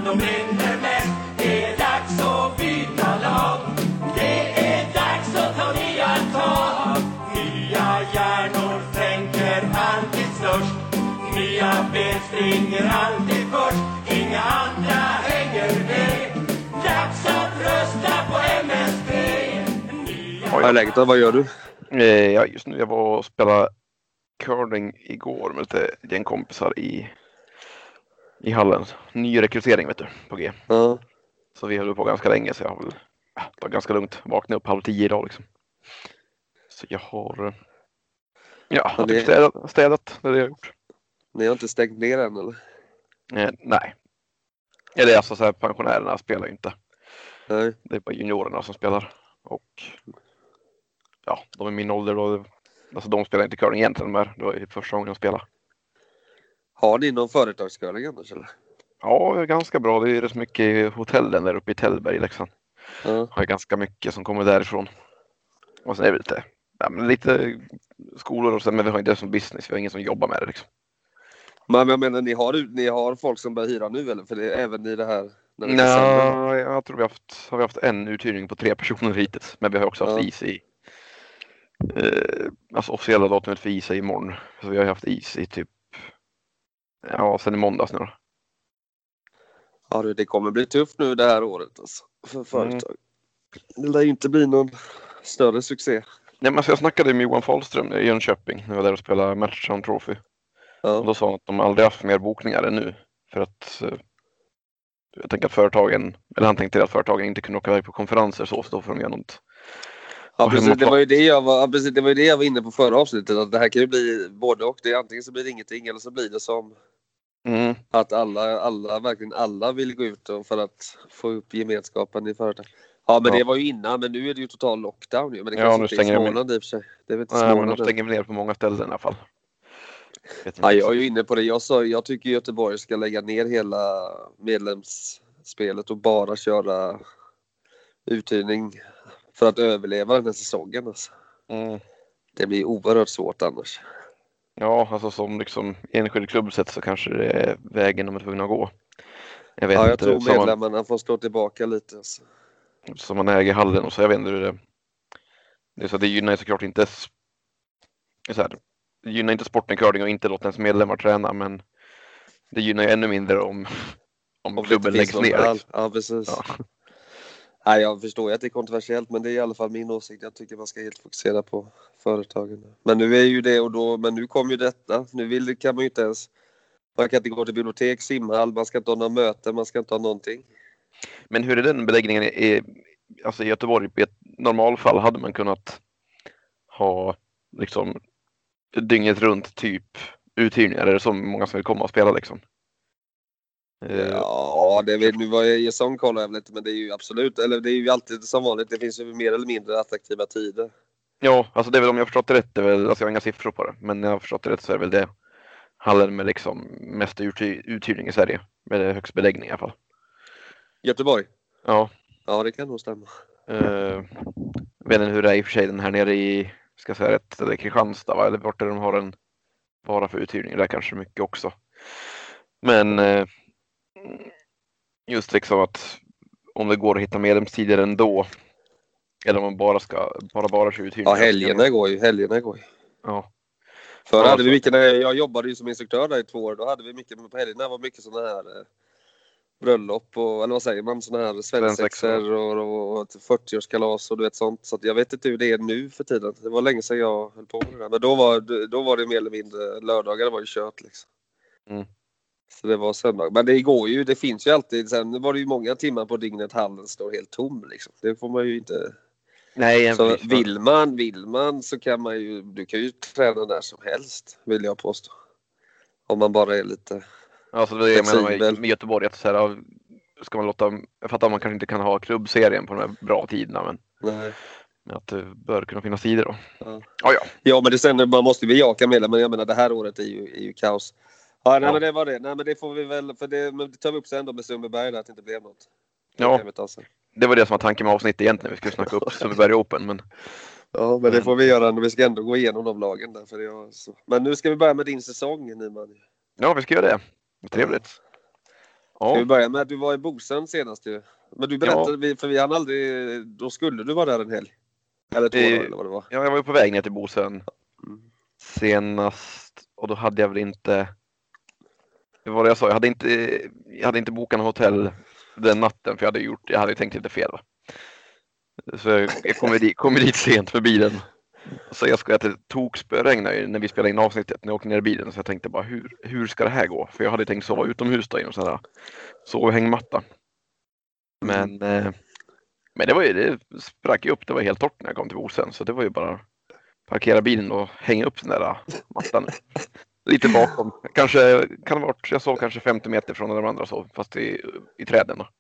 de brinner mest. Det är dags att byta lag. Det är dags att ta nya tag. Nya hjärnor tänker alltid störst. Nya ben springer alltid först. Inga andra hänger med. Dags att rösta på MSB. Vad är läget då? Vad gör du? Ja, just nu jag var och spelade curling igår med lite gängkompisar i hallen. Ny rekrytering vet du, på G. Ja. Så vi höll på ganska länge så jag har väl det var ganska lugnt. Vaknade upp 9:30 idag liksom. Så jag har typ städat det jag har gjort. Ni har inte stängt ner än eller? Nej. Eller alltså så här, pensionärerna spelar ju inte. Nej. Det är bara juniorerna som spelar. Och ja, de är min ålder då. Alltså de spelar inte curling egentligen, men det var ju första gången de spelade. Har ni någon företagscurling annars eller? Ja, det är ganska bra. Det är rätt mycket i hotellen där uppe i Tällberg i Leksand. Ja. Har ganska mycket som kommer därifrån. Och sen är det lite skolor och sen, men vi har inte det som business. Vi har ingen som jobbar med det liksom. Men jag menar, ni har folk som börjar hyra nu eller? För det är även i det här... Nej, jag tror vi har haft en uthyrning på 3 personer hittills. Men vi har också haft is i... alltså officiella datumet för is är imorgon. Så vi har haft is i typ... Ja, sen i måndags nu då. Ja, det kommer bli tufft nu det här året alltså, för företag. Det lär ju inte bli någon större succé. Nej, men alltså jag snackade med Johan Fahlström i Jönköping. Jag var där och spelade Matchdown Trophy. Ja. Och då sa han att de aldrig haft mer bokningar än nu. För att jag tänker att han tänkte att företagen inte kunde åka iväg på konferenser så då får de göra något. Ja, precis. Det var ju det jag var inne på förra avsnittet. Att det här kan ju bli både och. Det är antingen så blir det ingenting eller så blir det som att alla vill gå ut för att få upp gemenskapen i företag. Ja, men det var ju innan. Men nu är det ju total lockdown. Men det kanske inte är Småland i och för sig. Det är väl inte Småland. Men de stänger ner på många ställen i alla fall. Ja, jag är ju inne på det. Jag tycker Göteborg ska lägga ner hela medlemsspelet och bara köra uthyrning för att överleva den här säsongen. Alltså. Det blir oerhört svårt annars. Ja, alltså som liksom enskild klubbsätt så kanske det är vägen de är tvungna att gå. Jag tror medlemmarna får stå tillbaka lite. Alltså. Som man äger hallen och så, jag vet inte hur det är. Så det gynnar såklart inte det gynnar inte sporten curling och inte låta ens medlemmar träna, men det gynnar ju ännu mindre om klubben läggs ner. Ja, precis. Ja. Nej, jag förstår att det är kontroversiellt, men det är i alla fall min åsikt. Jag tycker man ska helt fokusera på företagen. Men nu är ju det men nu kommer ju detta. Nu kan man ju inte ens, man kan inte gå till bibliotek, simhall, man ska inte ha några möten, man ska inte ha någonting. Men hur är den beläggningen alltså i Göteborg? I ett normalfall hade man kunnat ha liksom dygnet runt typ uthyrningar, är det så många som vill komma och spela liksom? Ja, det vet nu vad jag sån kollar jag lite, men det är ju absolut, eller det är ju alltid som vanligt, det finns ju mer eller mindre attraktiva tider. Ja, alltså det är väl, om jag har förstått det rätt, det är väl, alltså jag har inga siffror på det, men jag har förstått det rätt så är det väl det hallen med liksom mest uthyrning i Sverige, med högst beläggning i alla fall. Göteborg? Ja. Ja, det kan nog stämma. Vet inte hur det är i och för sig den här nere i, ska jag säga rätt, eller Kristianstad, va? Eller vart där de har en bara för uthyrning, där kanske mycket också. Men just liksom att om det går att hitta medlemstider ändå, eller om man bara kör uthyrning. Ja, helgerna går ju. Ja. Förr hade vi mycket, när jag jobbade ju som instruktör där i 2 år, då hade vi mycket, på helgerna var mycket sådana här bröllop och, eller vad säger man, sådana här svensexer och 40-årskalas och du vet sånt. Så att jag vet inte hur det är nu för tiden. Det var länge sedan jag höll på med det där. Men då var det mer eller mindre lördagar, var ju kört liksom. Så det var söndag. Men det går ju, det finns ju alltid. Sen var det ju många timmar på dygnet hallen står helt tom liksom. Det får man ju inte. Nej, så vill man så kan man ju, du kan ju träna där som helst, vill jag påstå. Om man bara är lite. Alltså det är med Göteborg att så här, ska man låta, jag fattar att man kanske inte kan ha klubbserien på de här bra tiderna, men nej. Men att det bör kunna finnas tider då. Ja, men det sen, man måste ju bejaka med det, men jag menar det här året är ju kaos. Ja, nej, men det var det. Nej, men det får vi väl, för det tar vi upp sen då med Sundbyberg där, att det inte blev något. Det var det som var tanken med avsnittet egentligen. Vi skulle snacka upp Sundbyberg Open, men. Ja, men det får vi göra när vi ska ändå gå igenom de lagen där. För det så. Men nu ska vi börja med din säsong, Nyman. Ja, vi ska göra det. Trevligt. Ska vi börja med att du var i Bosön senast ju. Men du berättade, för vi hann aldrig, då skulle du vara där en helg. Eller 2 dagar eller vad det var. Ja, jag var ju på väg ner till Bosön senast och då hade jag väl inte, det var det jag sa, jag hade inte bokat något hotell den natten för jag hade tänkt lite fel. Så jag kommer dit sent med bilen. Så jag ska att det tokspöregna när vi spelade in avsnittet när jag åkte ner i bilen, så jag tänkte bara hur ska det här gå? För jag hade tänkt sova utomhus då, så här hängmatta. Men det sprack ju upp, det var helt torrt när jag kom till Bosön, så det var ju bara parkera bilen och hänga upp den där mattan lite bakom. Kanske kan det varit, jag sov kanske 50 meter från där de andra sov, fast i träden då.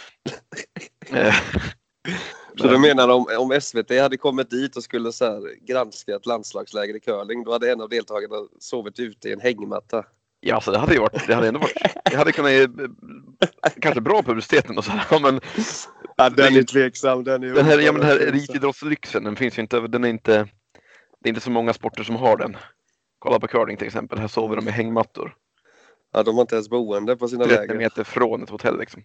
Så du menar om SVT hade kommit dit och skulle så här granska ett landslagsläger i curling, då hade en av deltagarna sovit ute i en hängmatta? Ja, så det hade ändå varit, det hade kunnat kanske bra publiciteten och så här, men den är tveksam, den här elitidrottslyxen, den finns ju inte, det är inte så många sporter som har den. Kolla på curling till exempel, här sover de i hängmattor. Ja, de har inte ens boende på sina 30 läger. meter från ett hotell liksom.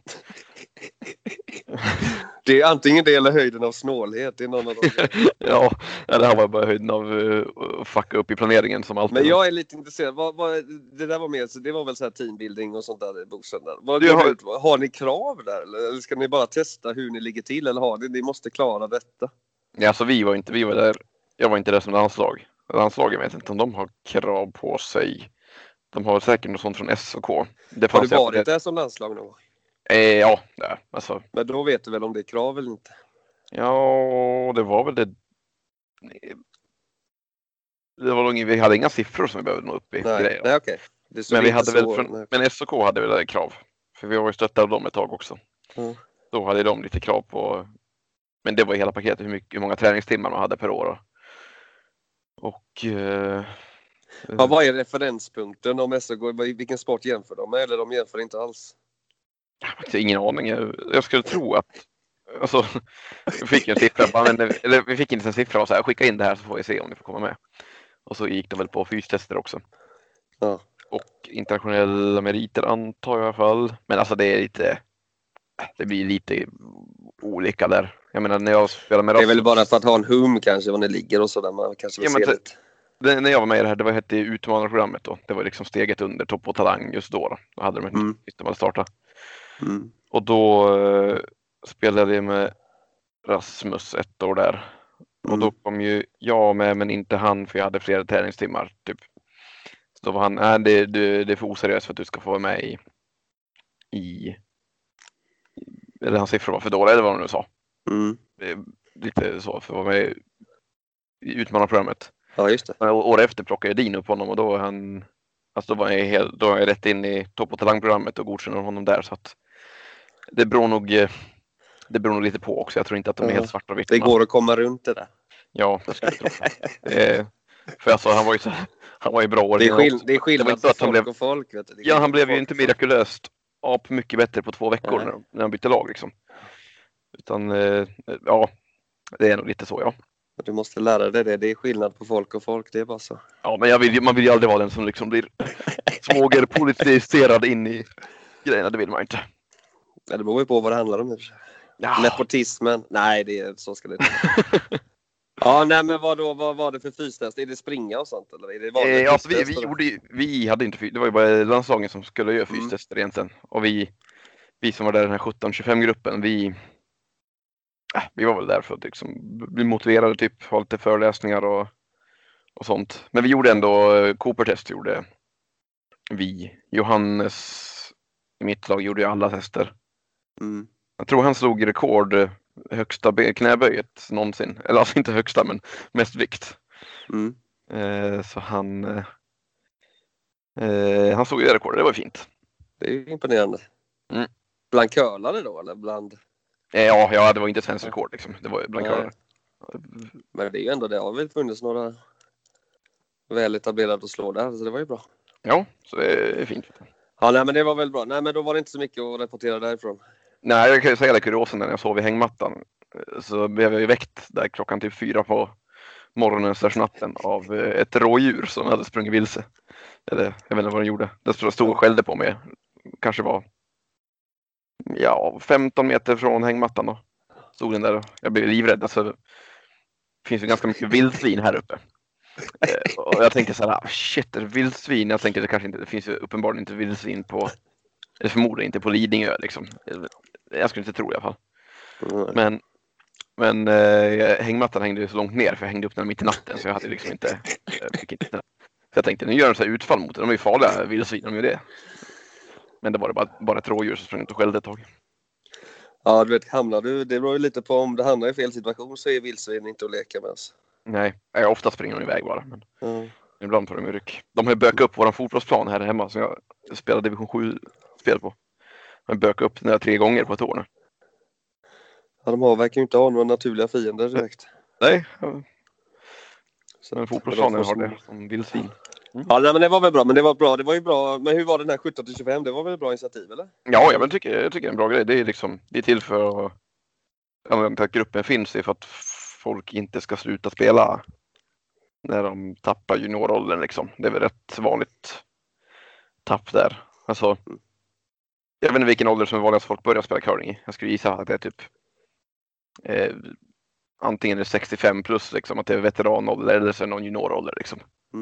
Det är antingen det eller höjden av snålhet. Det är någon av dem. Ja, det här var bara höjden av att fucka upp i planeringen som alltid. Men jag är lite intresserad. Det där var mer, så det var väl så här teambuilding och sånt där i Bosön där. Har ni krav där? Eller ska ni bara testa hur ni ligger till? Eller ni måste klara detta? Ja, alltså vi var där. Jag var inte där som landslag. Landslagen vet inte om de har krav på sig. De har säkert något sånt från SOK. Har du varit där som landslag någon gång? Ja, alltså. Men då vet du väl om det är krav eller inte? Ja, det var väl det. Vi hade inga siffror som vi behövde nå upp i. Nej, okej. Men vi hade men SOK hade väl krav. För vi var ju stöttade av dem ett tag också. Mm. Då hade de lite krav på. Men det var hela paketet, hur många träningstimmar man hade per år. Och vad är referenspunkten om SOK? Vilken sport jämför de med? Eller de jämför inte alls? Ingen aning. Jag skulle tro att alltså, vi fick en siffra. Eller vi fick inte en siffra och så här, skicka in det här så får vi se om ni får komma med. Och så gick de väl på fystester också. Ja. Och internationella meriter antar jag i alla fall. Men alltså det blir lite olika där. Jag menar när jag spelar med Rasmus. Det är väl bara för att ha en hum kanske var ni ligger och sådär. Man kanske vill se lite. När jag var med i det här, det hette utmanarprogrammet då. Det var liksom steget under Topp och Talang just då. Då hade de inte visste man starta. Och då spelade jag med Rasmus 1 år där. Och då kom ju jag med, men inte han, för jag hade flera träningstimmar typ. Så då var han, det är för oseriöst för att du ska få vara med i eller hans siffror var för dåliga, eller vad de nu sa. Lite så, för att vara med i utmanarprogrammet. Ja, just det. År efter plockade jag Dino på honom och då var jag rätt in i Topp och Talangprogrammet och godkänner honom där, så att det beror nog lite på också. Jag tror inte att de är helt svarta och vita. Det går att komma runt det där. Ja, det ska jag tro. För alltså, han var ju bra år. Det är skillnad på folk och folk. Vet du. Ja, han blev ju inte mirakulöst mycket bättre på 2 veckor när han bytte lag liksom. Utan ja, det är nog lite så, ja. Du måste lära dig det. Det är skillnad på folk och folk. Det är bara så. Ja, men man vill ju aldrig vara den som liksom blir svågerpolitiserad in i grejerna. Det vill man inte. Ja, det beror ju på vad det handlar om. Ja. Nepotismen. Nej, så ska det inte. Ja, nej, men vad var det för fystest? Är det springa och sånt? Eller är det alltså, vi hade inte det var ju bara landslagen som skulle göra fystester egentligen. Och vi som var där i den här 17-25-gruppen, vi var väl där för att liksom bli motiverade, typ ha lite föreläsningar och sånt. Men vi gjorde ändå Cooper-test gjorde vi. Johannes i mitt lag gjorde ju alla tester. Jag tror han slog rekord högsta knäböjet någonsin. Eller alltså inte högsta, men mest vikt. Så han slog ju rekord. Det var fint. Det är ju imponerande. Bland curlare då, eller bland? Ja, det var inte svensk rekord liksom. Det var bland curlare. Men det är ju ändå det. Har väl funnits några väl etablerade att slå där, så det var ju bra. Ja, så det är fint. Ja, nej, men det var väl bra. Nej, men då var det inte så mycket att rapportera därifrån. Nej, jag kan ju säga det, kuriosen, när jag sov i hängmattan så blev jag ju väckt där klockan typ 4 på morgonen slash natten av ett rådjur som hade sprungit vilse. Eller jag vet inte vad den gjorde. Det stod och skällde på mig. Kanske var Ja, 15 meter från hängmattan då. Stod den där. Jag blev livrädd. Alltså, det finns ju ganska mycket vildsvin här uppe. Och jag tänker så här, shit, är det vildsvin? Jag tänker det finns ju uppenbarligen inte vildsvin på, eller förmodligen inte på Lidingö liksom. Jag skulle inte tro i alla fall. Men hängmattan hängde ju så långt ner, för jag hängde upp den mitt i natten, så jag hade liksom inte. Så jag tänkte, nu gör de så här utfall mot det. De är ju farliga, vildsvin, de gör det. Men det var bara ett rådjur som sprang ut och skällde ett tag. Ja, du vet, det beror ju lite på om det hamnar i fel situation, så är vildsvin inte att leka med oss. Nej, ofta springer de iväg bara. Men ibland får de ju ryck. De har ju bökat upp våran fotbollsplan här hemma som jag spelade division 7-spel på. De har bökat upp den 3 gånger på ett år nu. Ja, de verkar ju inte ha några naturliga fiender direkt. Nej. Så en fotbollsplan har det som vildsvin. Ja, nej, men det var väl bra. Det var ju bra. Men hur var den här 17-25? Det var väl ett bra initiativ, eller? Ja, jag tycker det är en bra grej. Det är till för att gruppen finns för att folk inte ska sluta spela när de tappar junioråldern liksom. Det är väl rätt vanligt tapp där. Alltså, jag vet inte vilken ålder som är vanligast folk börjar spela curling i. Jag skulle gissa att det är typ antingen är det 65 plus liksom, att det är veteranålder, eller så är det någon juniorålder liksom.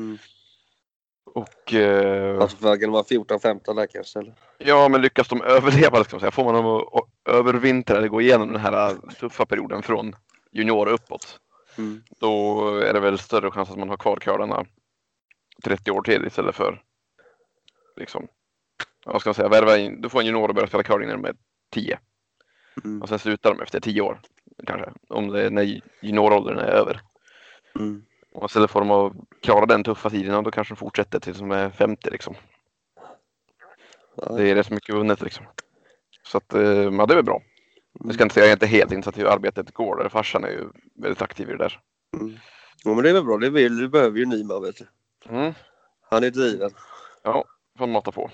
Och alltså vägen var 14-15 där kanske, eller? Ja, men lyckas de överleva liksom, så får man dem att övervintra eller gå igenom den här tuffa perioden från junior uppåt. Då är det väl större chans att man har kvar curlarna 30 år till istället för liksom, vad ska man säga, du får en junior och börja spela curling när de är 10. Och sen slutar de efter 10 år kanske, om det är när junioråldern är över. Och istället får de att klara den tuffa tiden, och då kanske de fortsätter tills de är 50 liksom. Det är rätt mycket vunnet liksom. Så att, ja, det är bra. Jag ska inte säga att jag är inte helt insatt i hur arbetet går där. Farsan är ju väldigt aktiv i det där. Ja, men det är väl bra. Det behöver ju Nyman, vet du. Han är driven. Ja, får mata på.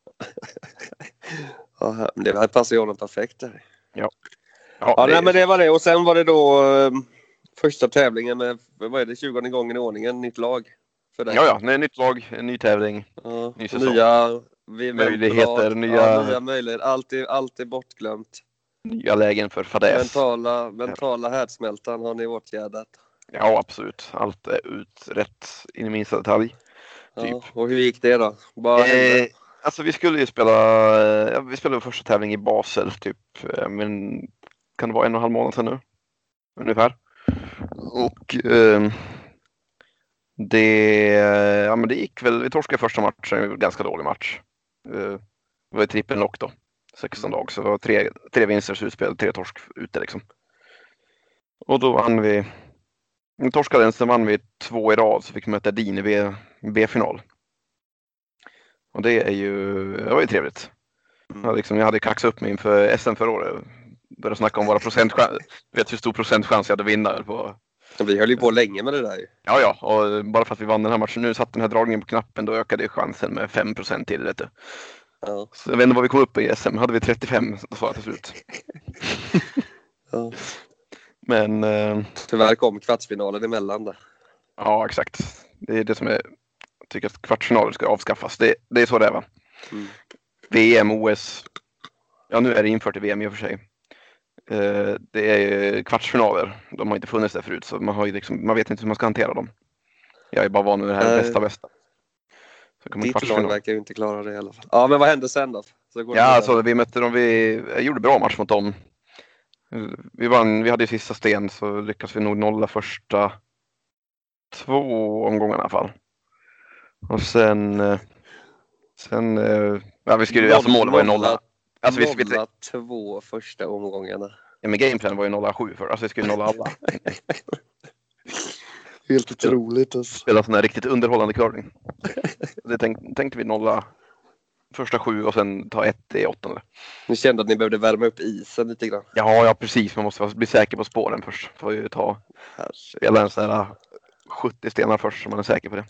Ja, det här passar ju honom perfekt där. Ja, nej, men det var det. Och sen var det då första tävlingen med, vad är det, 20:e gången i ordningen, nytt lag för dig. Ja, nytt lag, en ny tävling, ny säsong. Nya möjligheter, nya möjligheter. Allt är bortglömt. Nya lägen för fadäs. Mentala härdsmältan har ni åtgärdat. Ja, absolut. Allt är utrett in i minsta detalj. Typ. Ja, och hur gick det då? Alltså vi skulle ju vi spelade första tävling i Basel typ, men kan det vara 1,5 månad sedan nu? Ungefär. Och det gick väl, vi torskade första matchen, en ganska dålig match. Det var ju trippellock då, 16 dagar, så det var 3 vinster slutspel, 3 torsk ute liksom. Och då vann vi torskade den, sen vann vi 2 i rad, så fick vi möta Din i B-final. Och det var ju trevligt. Jag hade kaxat upp mig inför SM förra året. Började snacka om våra procentchans. Vet hur stor procentchans jag hade vinna på. Vi höll ju på länge med det där ju. Ja, och bara för att vi vann den här matchen, nu satt den här dragningen på knappen, då ökade chansen med 5% till, vet du. Ja. Så jag vet inte vad vi kom upp i SM, hade vi 35 så var det till slut. Ja. Men tyvärr kom kvartsfinalen emellan där. Ja, exakt. Det är det som jag tycker att kvartsfinaler ska avskaffas. Det är så det är, va? VM, OS. Ja, nu är det infört i VM i och för sig. Det är kvartsfinaler. De har inte funnits där förut, så man vet inte hur man ska hantera dem. Jag är bara van med det här bästa. Ditt lag verkar ju inte klara det i alla fall. Ja, men vad hände sen då? Alltså vi mötte dem, vi gjorde bra match mot dem. Vi hade ju sista sten, så lyckades vi nog nolla första 2 omgångar i alla fall. Och sen vi skulle, alltså målet var ju nolla. Alltså vi 2 första omgångarna. Ja, men gameplan var ju 0-7 för. Alltså vi skulle nolla alla. Helt otroligt alltså. Spela sån här riktigt underhållande curling. Det tänkte vi nolla första 7 och sen ta 1 i 8:e. Ni kände att ni behövde värma upp isen lite grann. Ja, precis. Man måste bli säker på spåren först. Får ju spela en sån här 70 stenar först så man är säker på det.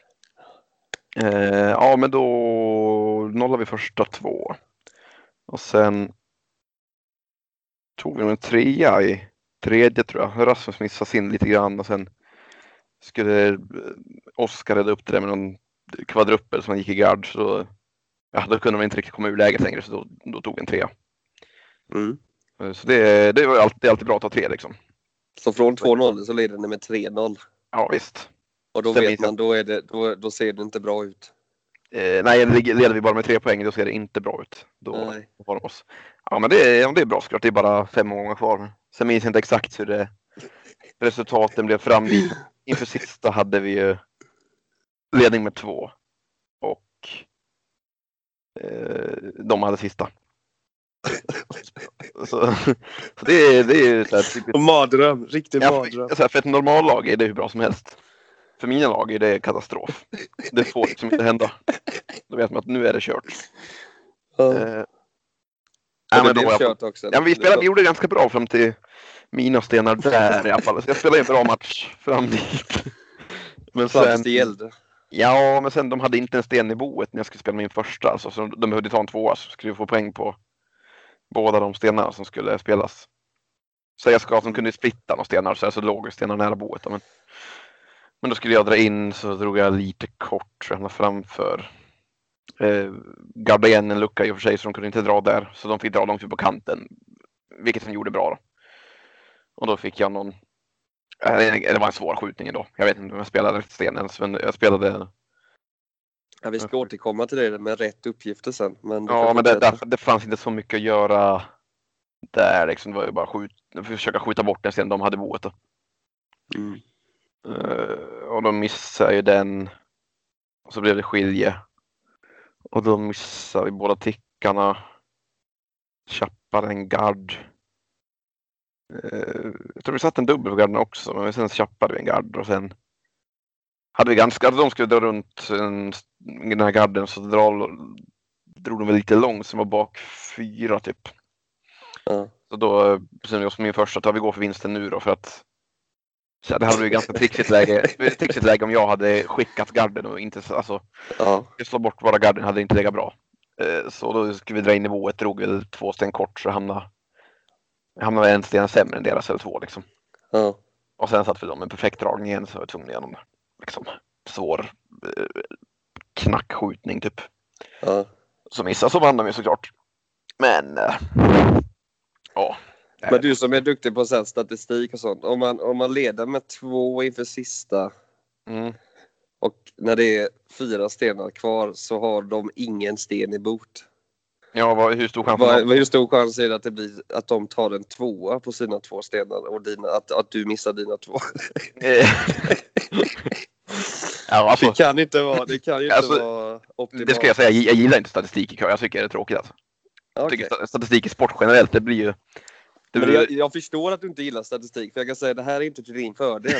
Ja, men då nollade vi första 2. Och sen tog vi en 3 i tredje, tror jag. Rasmus missade sin lite grann, och sen skulle Oskar rädda upp det där med någon kvadruppel som gick i gard, så då kunde man inte riktigt komma ur läget längre, så då tog vi en 3. Mm. Så det var alltid bra att ta 3 liksom. Så från 2-0 så leder ni med 3-0. Ja, visst. Och då vet man, då ser det inte bra ut. Nej, leder vi bara med 3 poäng, då ser det inte bra ut. Då har de oss. Ja, men det är bra såklart. Det är bara 5 omgångar kvar. Sen minns jag inte exakt hur resultaten blev fram dit. Inför sista hade vi ju ledning med 2. Och de hade sista. Så det är ju så här typiskt. Mardröm, riktig mardröm. För ett normallag är det hur bra som helst. För mina lag är det katastrof. Det får liksom inte hända. Då vet man att nu är det kört. Men det kört också. Ja, vi gjorde ganska bra fram till mina stenar där i alla fall. Så jag spelade en bra match fram dit. Men sen, det gällde. Ja, men sen de hade inte en sten i boet när jag skulle spela min första. Alltså, så de behövde ta en 2, så skulle vi få poäng på båda de stenar som skulle spelas. Så jag ska att de kunde splitta några stenar, så låg stenar nära boet. Men då skulle jag dra in, så drog jag lite kort så jag hamnade framför. Garda igen en lucka i och för sig, så de kunde inte dra där. Så de fick dra långt ut på kanten, vilket de gjorde bra då. Och då fick jag någon... Det var en svår skjutning ändå. Jag vet inte om jag spelade rätt sten ens, men jag spelade... Ja, vi ska återkomma till det med rätt uppgifter sen. Men det fanns inte så mycket att göra där. Liksom. Det var ju bara försöka skjuta bort den sten de hade boet då. Mm. Och de missade ju den. Och så blev det skilje. Och då missade vi båda tickarna. Chappade en gard. Jag tror vi satt en dubbel på garden också. Men sen chappade vi en gard. Och sen hade vi ganska... De skulle dra runt den här garden. Så drog de väl lite långt. Som var bak 4 typ. Så då bestämde vi oss på min första. Att vi går för vinsten nu då. För att... Så det hade ju ganska trixigt läge om jag hade skickat garden och inte slå bort våra garden hade inte legat bra. Så då skulle vi dra in nivået, drog väl 2 sten kort så hamnade en sten sämre än deras eller 2 liksom. Och sen satt vi dem med perfekt dragning igen, så var jag tvungen igenom liksom svår knackskjutning typ. Så missade, så vann de ju såklart. Men ja. Men du som är duktig på sån statistik och sånt. Om man leder med 2 inför sista. Och när det är 4 stenar kvar så har de ingen sten i bot. Ja, hur stor chans hur stor chans är det att det blir att de tar en 2 på sina 2 stenar och att du missar dina 2? Ja, alltså, det kan inte vara optimalt. Det ska jag säga, jag gillar inte statistik i kör. Jag tycker det är tråkigt alltså. Jag tycker statistik i sport generellt, det blir ju... Jag förstår att du inte gillar statistik, för jag kan säga att det här är inte till din fördel.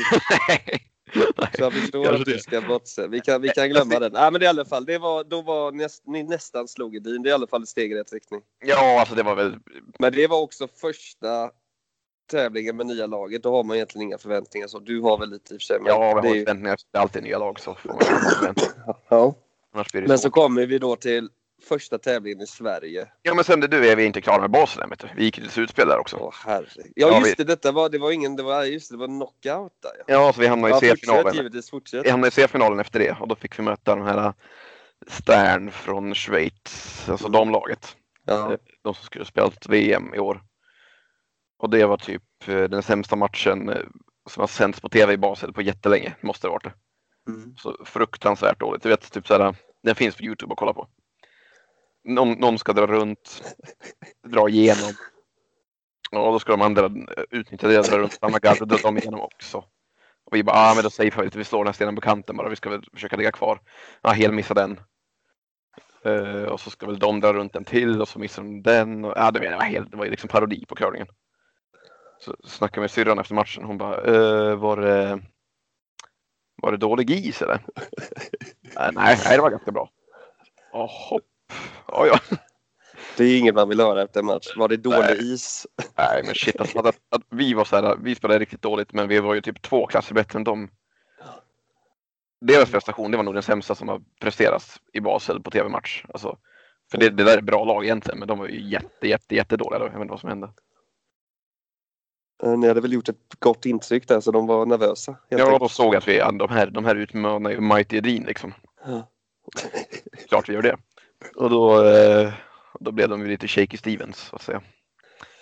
Så jag förstår att du ska bortse. Vi kan glömma den. Nej, men det i alla fall, ni nästan slog i din. Det är i alla fall ett steg i rätt riktning. Ja, alltså det var väl... Men det var också första tävlingen med nya laget. Då har man egentligen inga förväntningar. Så du har väl lite i och för sig. Ja, vi har förväntningar. Det är alltid nya lag, så får man förväntningar. Ja. Men så kommer vi då till första tävlingen i Sverige. Ja, men sen du är vi inte klara med basen, vet du. Vi gick till slutspel där också. Herregud. Ja, just det. Det var knockout där. Ja, så vi hamnade i C-finalen. Fortsätt. Vi hamnade i C-finalen efter det. Och då fick vi möta den här Stern från Schweiz. Alltså damlaget. Ja. De som skulle spela ett VM i år. Och det var typ den sämsta matchen som har sänds på tv i Basel på jättelänge. Måste det ha varit det. Så fruktansvärt dåligt. Du vet, typ såhär, den finns på YouTube att kolla på. Någon ska dra runt, dra igenom. Och då ska de andra utnyttja det, dra runt samma gard och dra dem igenom också. Och vi bara, men då säger vi lite, vi slår den här stenen på kanten bara, vi ska väl försöka ligga kvar. Ja, helt missar den. Och så ska väl de dra runt en till och så missar de den. Och, det var liksom parodi på curlingen. Så snackade med syrran efter matchen, hon bara, var det dålig is eller? Nej, det var ganska bra. Hopp. Ja. Det är inget man vill höra efter en match. Var det dålig is? Nej, men shit. Alltså, att vi var så här, vi spelade riktigt dåligt, men vi var ju typ 2 klasser bättre än dem. Deras prestation, det var nog den sämsta som har presterats i Basel på tv-match. Alltså, för det där är bra lag egentligen, men de var ju jättedåliga då. Jag vet inte vad som hände. Ni hade väl gjort ett gott intryck där, så de var nervösa. Ja, då såg att de här utmanar ju Mighty Edin liksom. Ja. Klart vi gör det. Och då blev de ju lite shaky Stevens, så att säga.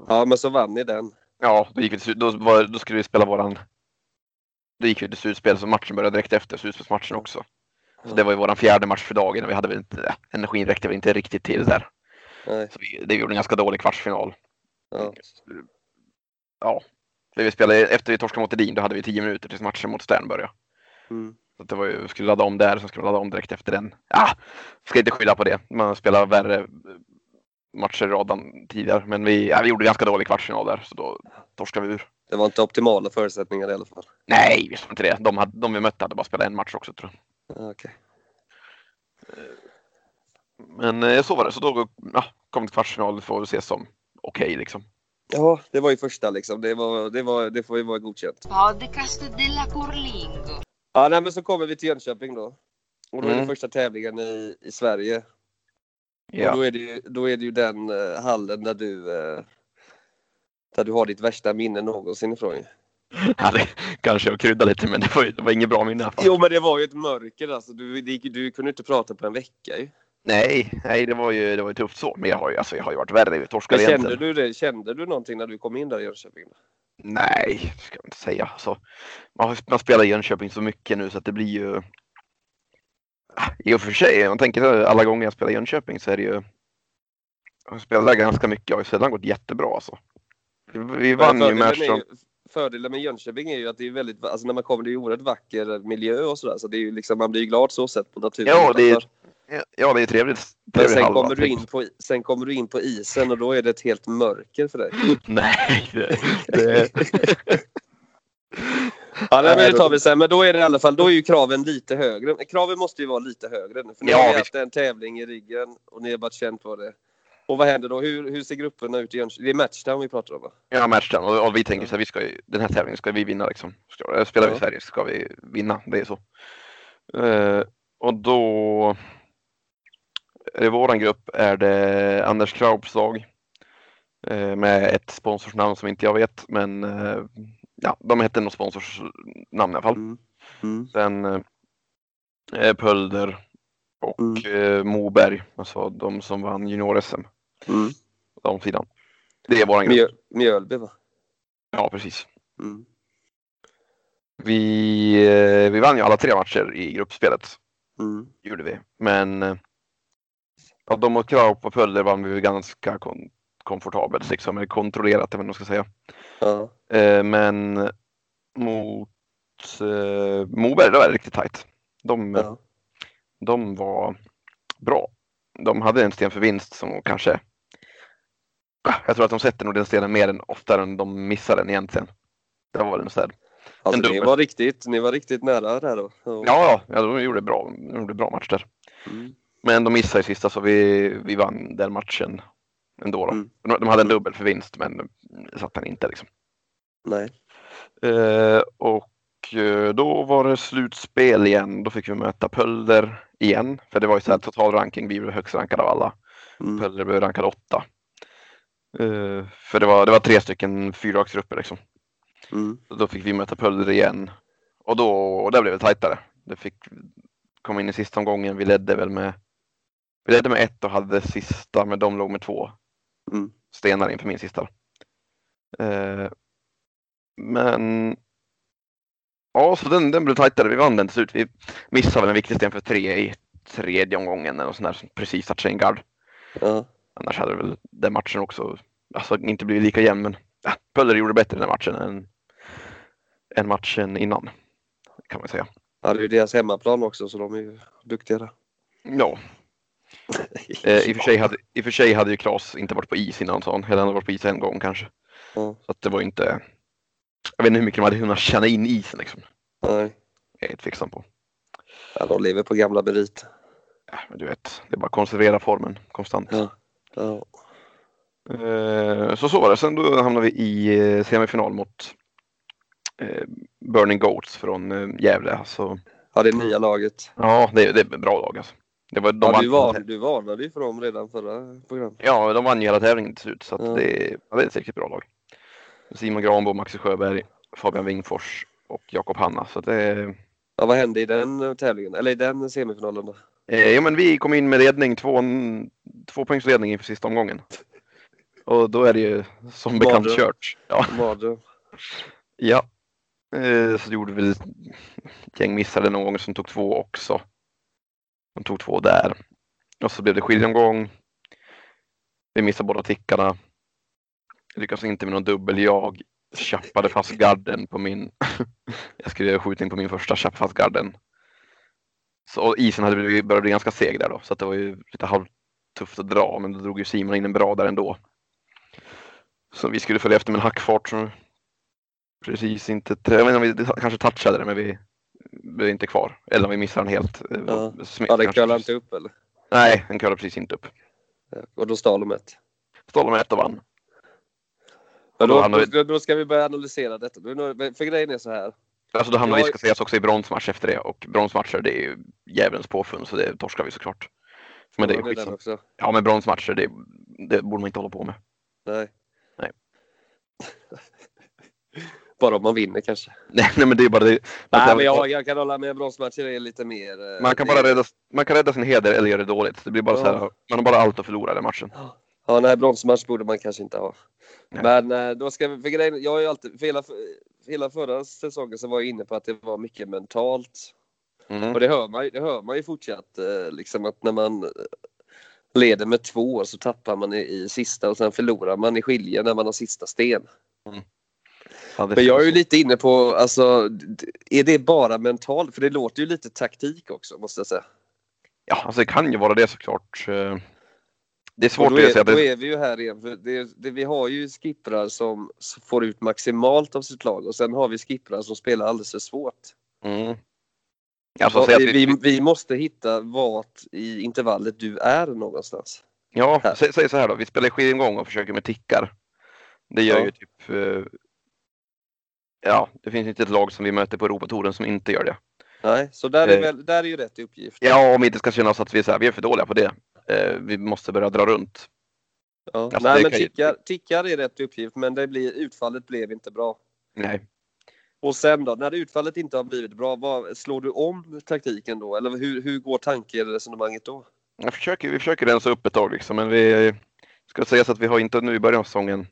Ja, men så vann ni den. Ja, då skulle vi spela våran... Då gick vi till slutspel, så matchen började direkt efter slutspelsmatchen också. Så det var ju våran 4:e match för dagen och vi hade väl inte... Energin räckte väl inte riktigt till där. Nej. Så det gjorde en ganska dålig kvartsfinal. Ja. Ja. Vi spelade, efter vi torskade mot Edin, då hade vi 10 minuter tills matchen mot Stern började. Så det var ju, skulle ladda om där, så skulle ladda om direkt efter den. Ska inte skylla på det. Man spelar värre matcher i raden tidigare. Men vi gjorde ganska dålig kvartsfinal där, så då torskade vi ur. Det var inte optimala förutsättningar i alla fall. Nej, visst var inte det. De vi mötte hade bara spelat en match också, tror jag. Okej. Men så var det. Så då kom till kvartsfinal, det får vi se som okej, liksom. Ja, det var ju första liksom. Det får ju vara godkänt. Podcast della Curlingo. Ja, nej, men så kommer vi till Jönköping då. Och då är det Mm. första tävlingen i Sverige. Ja. Och då är det ju den hallen där du har ditt värsta minne någonsin ifrån. Ja, det kanske jag kryddade lite, men det var inget bra minne i alla fall. Jo, men det var ju ett mörker alltså. Du kunde inte prata på en vecka ju. Nej, det var ju tufft så. Men jag har ju varit värre. Vi torskade Men egentligen. kände du någonting när du kom in där i Jönköping? Nej, det ska jag inte säga. Alltså, man spelar i Jönköping så mycket nu så att det blir ju... I och för sig, man tänker alla gånger jag spelar i Jönköping så är det ju... Jag spelar där ganska mycket och har sedan gått jättebra alltså. Vi vann ju matchen. Fördelen med Jönköping är ju att det är väldigt, alltså när man kommer, det är ju oerhört vacker miljö och sådär, så det är ju liksom, man blir ju glad så sett på naturen. Ja, det är trevligt. Men sen kommer du in på isen och då är det ett helt mörker för dig. Nej, Ja, men det tar vi sen. Men då är det i alla fall, då är ju kraven lite högre. Kraven måste ju vara lite högre nu. För nu har vi haft en tävling i ryggen och ni har bara känt på det. Och vad händer då? Hur ser grupperna ut i Jönköping? Det är matchdown vi pratar om, va? Ja, matchdown. Och vi tänker så här, den här tävlingen ska vi vinna liksom. Spelar vi i Sverige ska vi vinna. Det är så. Och då... I våran grupp är det Anders Kraups lag. Med ett sponsorsnamn som inte jag vet. Men de hette något sponsorsnamn i alla fall. Sen Pölder och Moberg. Alltså de som vann junior-SM. De sidan. Det är våran grupp. Mjölby, va? Ja, precis. Vi vann ju alla 3 matcher i gruppspelet. Gjorde vi. Men de mot Kraup och Pölder vann vi ganska komfortabelt liksom, eller kontrollerat, vad man ska säga. Men mot Moberg, det var riktigt tajt. De var bra. De hade en sten för vinst som kanske, jag tror att de sätter nog den stenen mer än oftare än de missar den egentligen. Det var den städ. Alltså ni var riktigt nära där då. Ja, de gjorde bra match där. Men de missade i sista, så vi vann den matchen ändå då. De hade en dubbel för vinst, men satt den inte liksom. Nej. Och då var det slutspel igen. Då fick vi möta Pölder igen. För det var ju så här total ranking. Vi var högst rankade av alla. Pölder blev rankad 8. För det var 3 stycken 4-lagsgrupper liksom. Då fick vi möta Pölder igen. Och där blev det tajtare. Det kom in i sista omgången. Vi ledde med 1 och hade sista, men de låg med 2 stenar inför min sista. Men ja, så den blev tajtare. Vi vann den till slut. Vi missade väl en viktig sten för 3 i 3:e omgången eller sån där, precis att toucha en guard. Annars hade väl den matchen också inte blivit lika jämn, men Pölder gjorde bättre den matchen än matchen innan, kan man säga. Ja, det är ju deras hemmaplan också, så de är ju duktiga där. Ja. I och för sig hade ju Claes inte varit på is innan sån. Eller han hade varit på is en gång kanske. Så att det var inte... Jag vet inte hur mycket de hade kunnat känna in isen liksom. Nej. Jag är helt tveksam på. Ja, de lever på gamla merit. Ja, men du vet, det är bara att konservera formen konstant. Ja. Så var det. Sen då hamnade vi i semifinal mot Burning Goats från Gävle. Alltså... Ja, det är nya laget. Ja, det är ett bra lag alltså. Du varnade ju för dem redan förra programmet. Ja, de vann ju hela tävlingen till slut, så att det är ett riktigt bra lag. Simon Granbo, Maxi Sjöberg, Fabian Wingfors och Jakob Hanna. Så att det... Ja, vad hände i den tävlingen? Eller i den semifinalen då? Men vi kom in med ledning, 2 poängs ledning inför sista omgången. Och då är det ju som bekant Mardröm. kört. Ja. Mardröm. Ja. Så gjorde vi ett gäng missade någon gång som tog 2 också. De tog 2 där. Och så blev det skiljeomgång. Vi missade båda tickarna. Lyckades inte med någon dubbel. Jag chappade fast garden på min... jag skulle göra skjutning på min första chapp fast garden. Så isen börjat bli ganska seg där då. Så att det var ju lite halvtufft att dra. Men då drog ju Simon in en bra där ändå. Så vi skulle följa efter med en hackfart. Så precis inte... Jag vet inte om vi kanske touchade det, men vi blev inte kvar. Eller om vi missade den helt. Ja, den curlade inte upp eller? Nej, den curlade precis inte upp. Ja, och då stal de ett. Stal de ett och vann. Ja, då ska vi börja analysera detta. För grejen är så här. Alltså då hamnar vi, ska sägas, också i bronsmatch efter det. Och bronsmatcher, det är ju djävulens påfund. Så det torskar vi såklart. Men det är ju skitsamt. Också. Ja, men bronsmatcher, det borde man inte hålla på med. Nej. Nej. Bara om man vinner kanske. Nej, men det är bara det. Nej, men jag kan hålla med. Bronsmatcher är lite mer... Man kan rädda sin heder eller göra det dåligt. Det blir bara så här, man har bara allt att förlora den matchen. Ja, nej, bronsmatch borde man kanske inte ha. Nej. Men då ska vi... För grejen, jag har ju alltid... För hela förra säsongen så var jag inne på att det var mycket mentalt. Och det hör man ju fortsatt. Liksom att när man leder med 2 så tappar man i sista och sen förlorar man i skilje när man har sista sten. Ja, men jag är ju lite inne på, alltså, är det bara mentalt? För det låter ju lite taktik också, måste jag säga. Ja, alltså det kan ju vara det såklart. Det är svårt att säga. Då är vi ju här igen. För vi har ju skipprar som får ut maximalt av sitt lag. Och sen har vi skipprar som spelar alldeles för svårt. Alltså, vi måste hitta vart i intervallet du är någonstans. Ja, säg så här då. Vi spelar skiljeomgång och försöker med tickar. Det gör ju typ... Ja, det finns inte ett lag som vi möter på Europatouren som inte gör det. Nej, så där är ju rätt uppgift. Ja, om vi inte ska känna oss att vi är för dåliga på det. Vi måste börja dra runt. Ja. Alltså, nej, men tickar är rätt uppgift, men utfallet blev inte bra. Nej. Och sen då, när utfallet inte har blivit bra, slår du om taktiken då? Eller hur går tankeresonemanget då? Vi försöker rensa upp ett tag liksom, men vi ska säga så att vi har inte nu i början av säsongen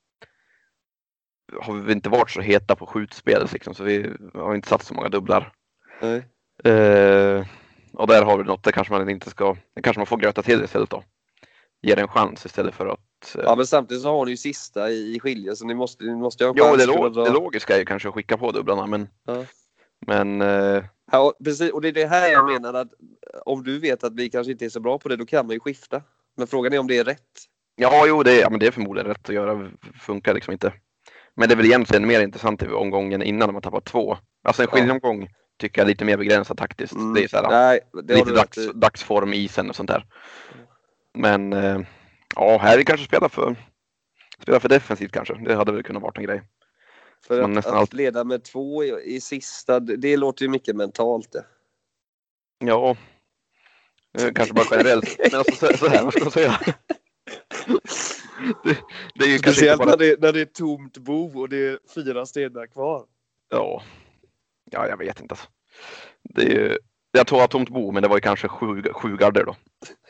har vi inte varit så heta på skjutspel liksom, så vi har inte satt så många dubblar. Nej. Och där har vi något, det kanske man får gröta till det istället då. Ge det en chans istället för att... Ja, men samtidigt så har ni ju sista i skilje, så ni måste ha en chans. Jo, det logiska är ju kanske att skicka på dubblarna, men... Ja. Men... Ja, precis, och det är det här jag menar, att om du vet att vi kanske inte är så bra på det, då kan man ju skifta. Men frågan är om det är rätt. Ja, jo, det är förmodligen rätt att göra. Funkar liksom inte. Men det är väl egentligen mer intressant i omgången innan när man tappar 2. Alltså en skiljeomgång tycker jag är lite mer begränsat taktiskt. Det är så här, lite dagsform i isen och sånt där. Men här vi kanske spela för defensivt kanske. Det hade väl kunnat vara en grej. För att leda med 2 i sista, det låter ju mycket mentalt det. Ja. Kanske bara generellt. Men alltså, så här, vad ska man säga? Det är ju speciellt bara... när det är tomt bo och det är 4 stenar kvar. Ja, jag vet inte. Alltså. Det är ju... Jag tror att tomt bo, men det var ju kanske 7 garder då.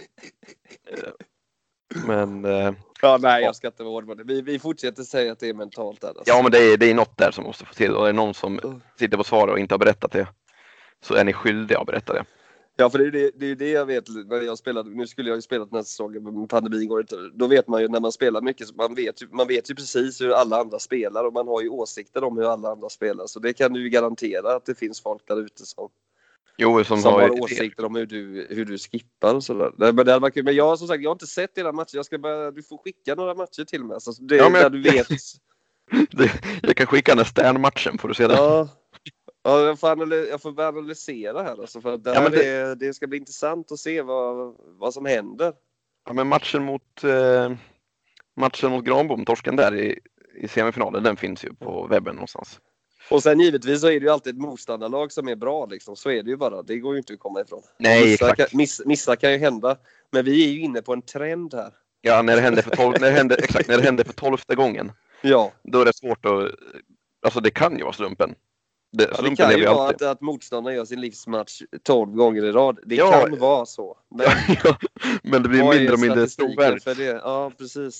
Men... jag ska inte vara det. Vi fortsätter säga att det är mentalt där. Alltså. Ja, men det är något där som måste få till. Och är det någon som sitter på svar och inte har berättat det, så är ni skyldiga att berätta det. Ja, för det är det jag vet när jag spelade. Nu skulle jag ju spela den här säsongen, men pandemin går inte. Då vet man ju när man spelar mycket, så man vet ju precis hur alla andra spelar, och man har ju åsikter om hur alla andra spelar. Så det kan du ju garantera att det finns folk där ute som har åsikter om hur du skippar och sådär. Men det var kul. Men jag som sagt, jag har inte sett era matcher. Du får skicka några matcher till mig. Alltså, där du vet. Jag kan skicka den Stern-matchen, får du se det. Ja, jag får börja analysera här. Alltså, för det ska bli intressant att se vad som händer. Ja, men matchen mot Granbom, torsken där i semifinalen, den finns ju på webben någonstans. Och sen givetvis så är det ju alltid ett motståndarlag som är bra liksom. Så är det ju bara. Det går ju inte att komma ifrån. Nej, exakt. Missar kan ju hända. Men vi är ju inne på en trend här. Ja, när det hände för 12:e gången. Ja. Då är det svårt att... Alltså det kan ju vara slumpen. Det kan ju vara att motståndaren gör sin livsmatch 12 gånger i rad. Det kan vara så. Men det blir mindre och mindre trovärdigt. Ja, precis.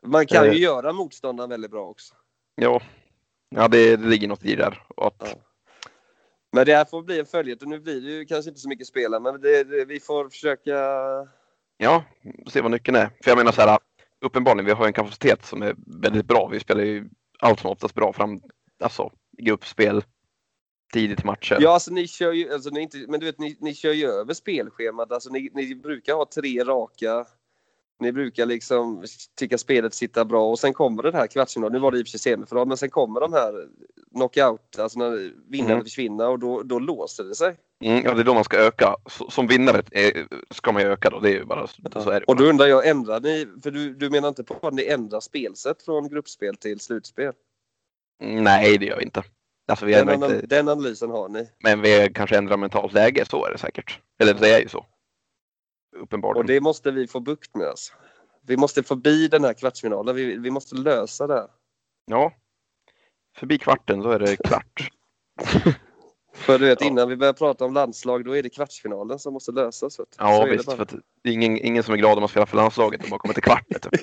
Man kan ju göra motståndaren väldigt bra också. Ja, det ligger något i det där. Ja. Men det här får bli en följetong. Nu blir det ju kanske inte så mycket spelare, men vi får försöka... Ja, se vad nyckeln är. För jag menar så här, uppenbarligen, vi har en kapacitet som är väldigt bra. Vi spelar ju allt som oftast bra fram, alltså gruppspel, tidigt matcher. Ja, alltså ni kör ju, alltså, men du vet, ni kör ju över spelschemat. Alltså ni brukar ha 3 raka. Ni brukar liksom tycka spelet sitter bra och sen kommer det här kvartsfinal. Nu var det i och för sig semifinal, men sen kommer de här knockout, alltså när vinnaren försvinner och då låser det sig. Ja, det är då man ska öka. Som vinnare ska man ju öka då. Det är ju bara så är det. Och då undrar jag, ändrar ni, för du menar inte på att ni ändrar spelsätt från gruppspel till slutspel? Nej, det gör vi inte. Alltså, Den analysen har ni. Men vi kanske ändrar mentalt läge, så är det säkert. Eller det är ju så. Uppenbarligen. Och det måste vi få bukt med. Alltså. Vi måste förbi den här kvartsfinalen. Vi måste lösa det här. Ja. Förbi kvarten så är det klart. För du vet, innan vi börjar prata om landslag, då är det kvartsfinalen som måste lösas. Vet. Ja, så visst. För att det är ingen som är glad om att spela för landslaget och bara kommer till kvarten. Typ.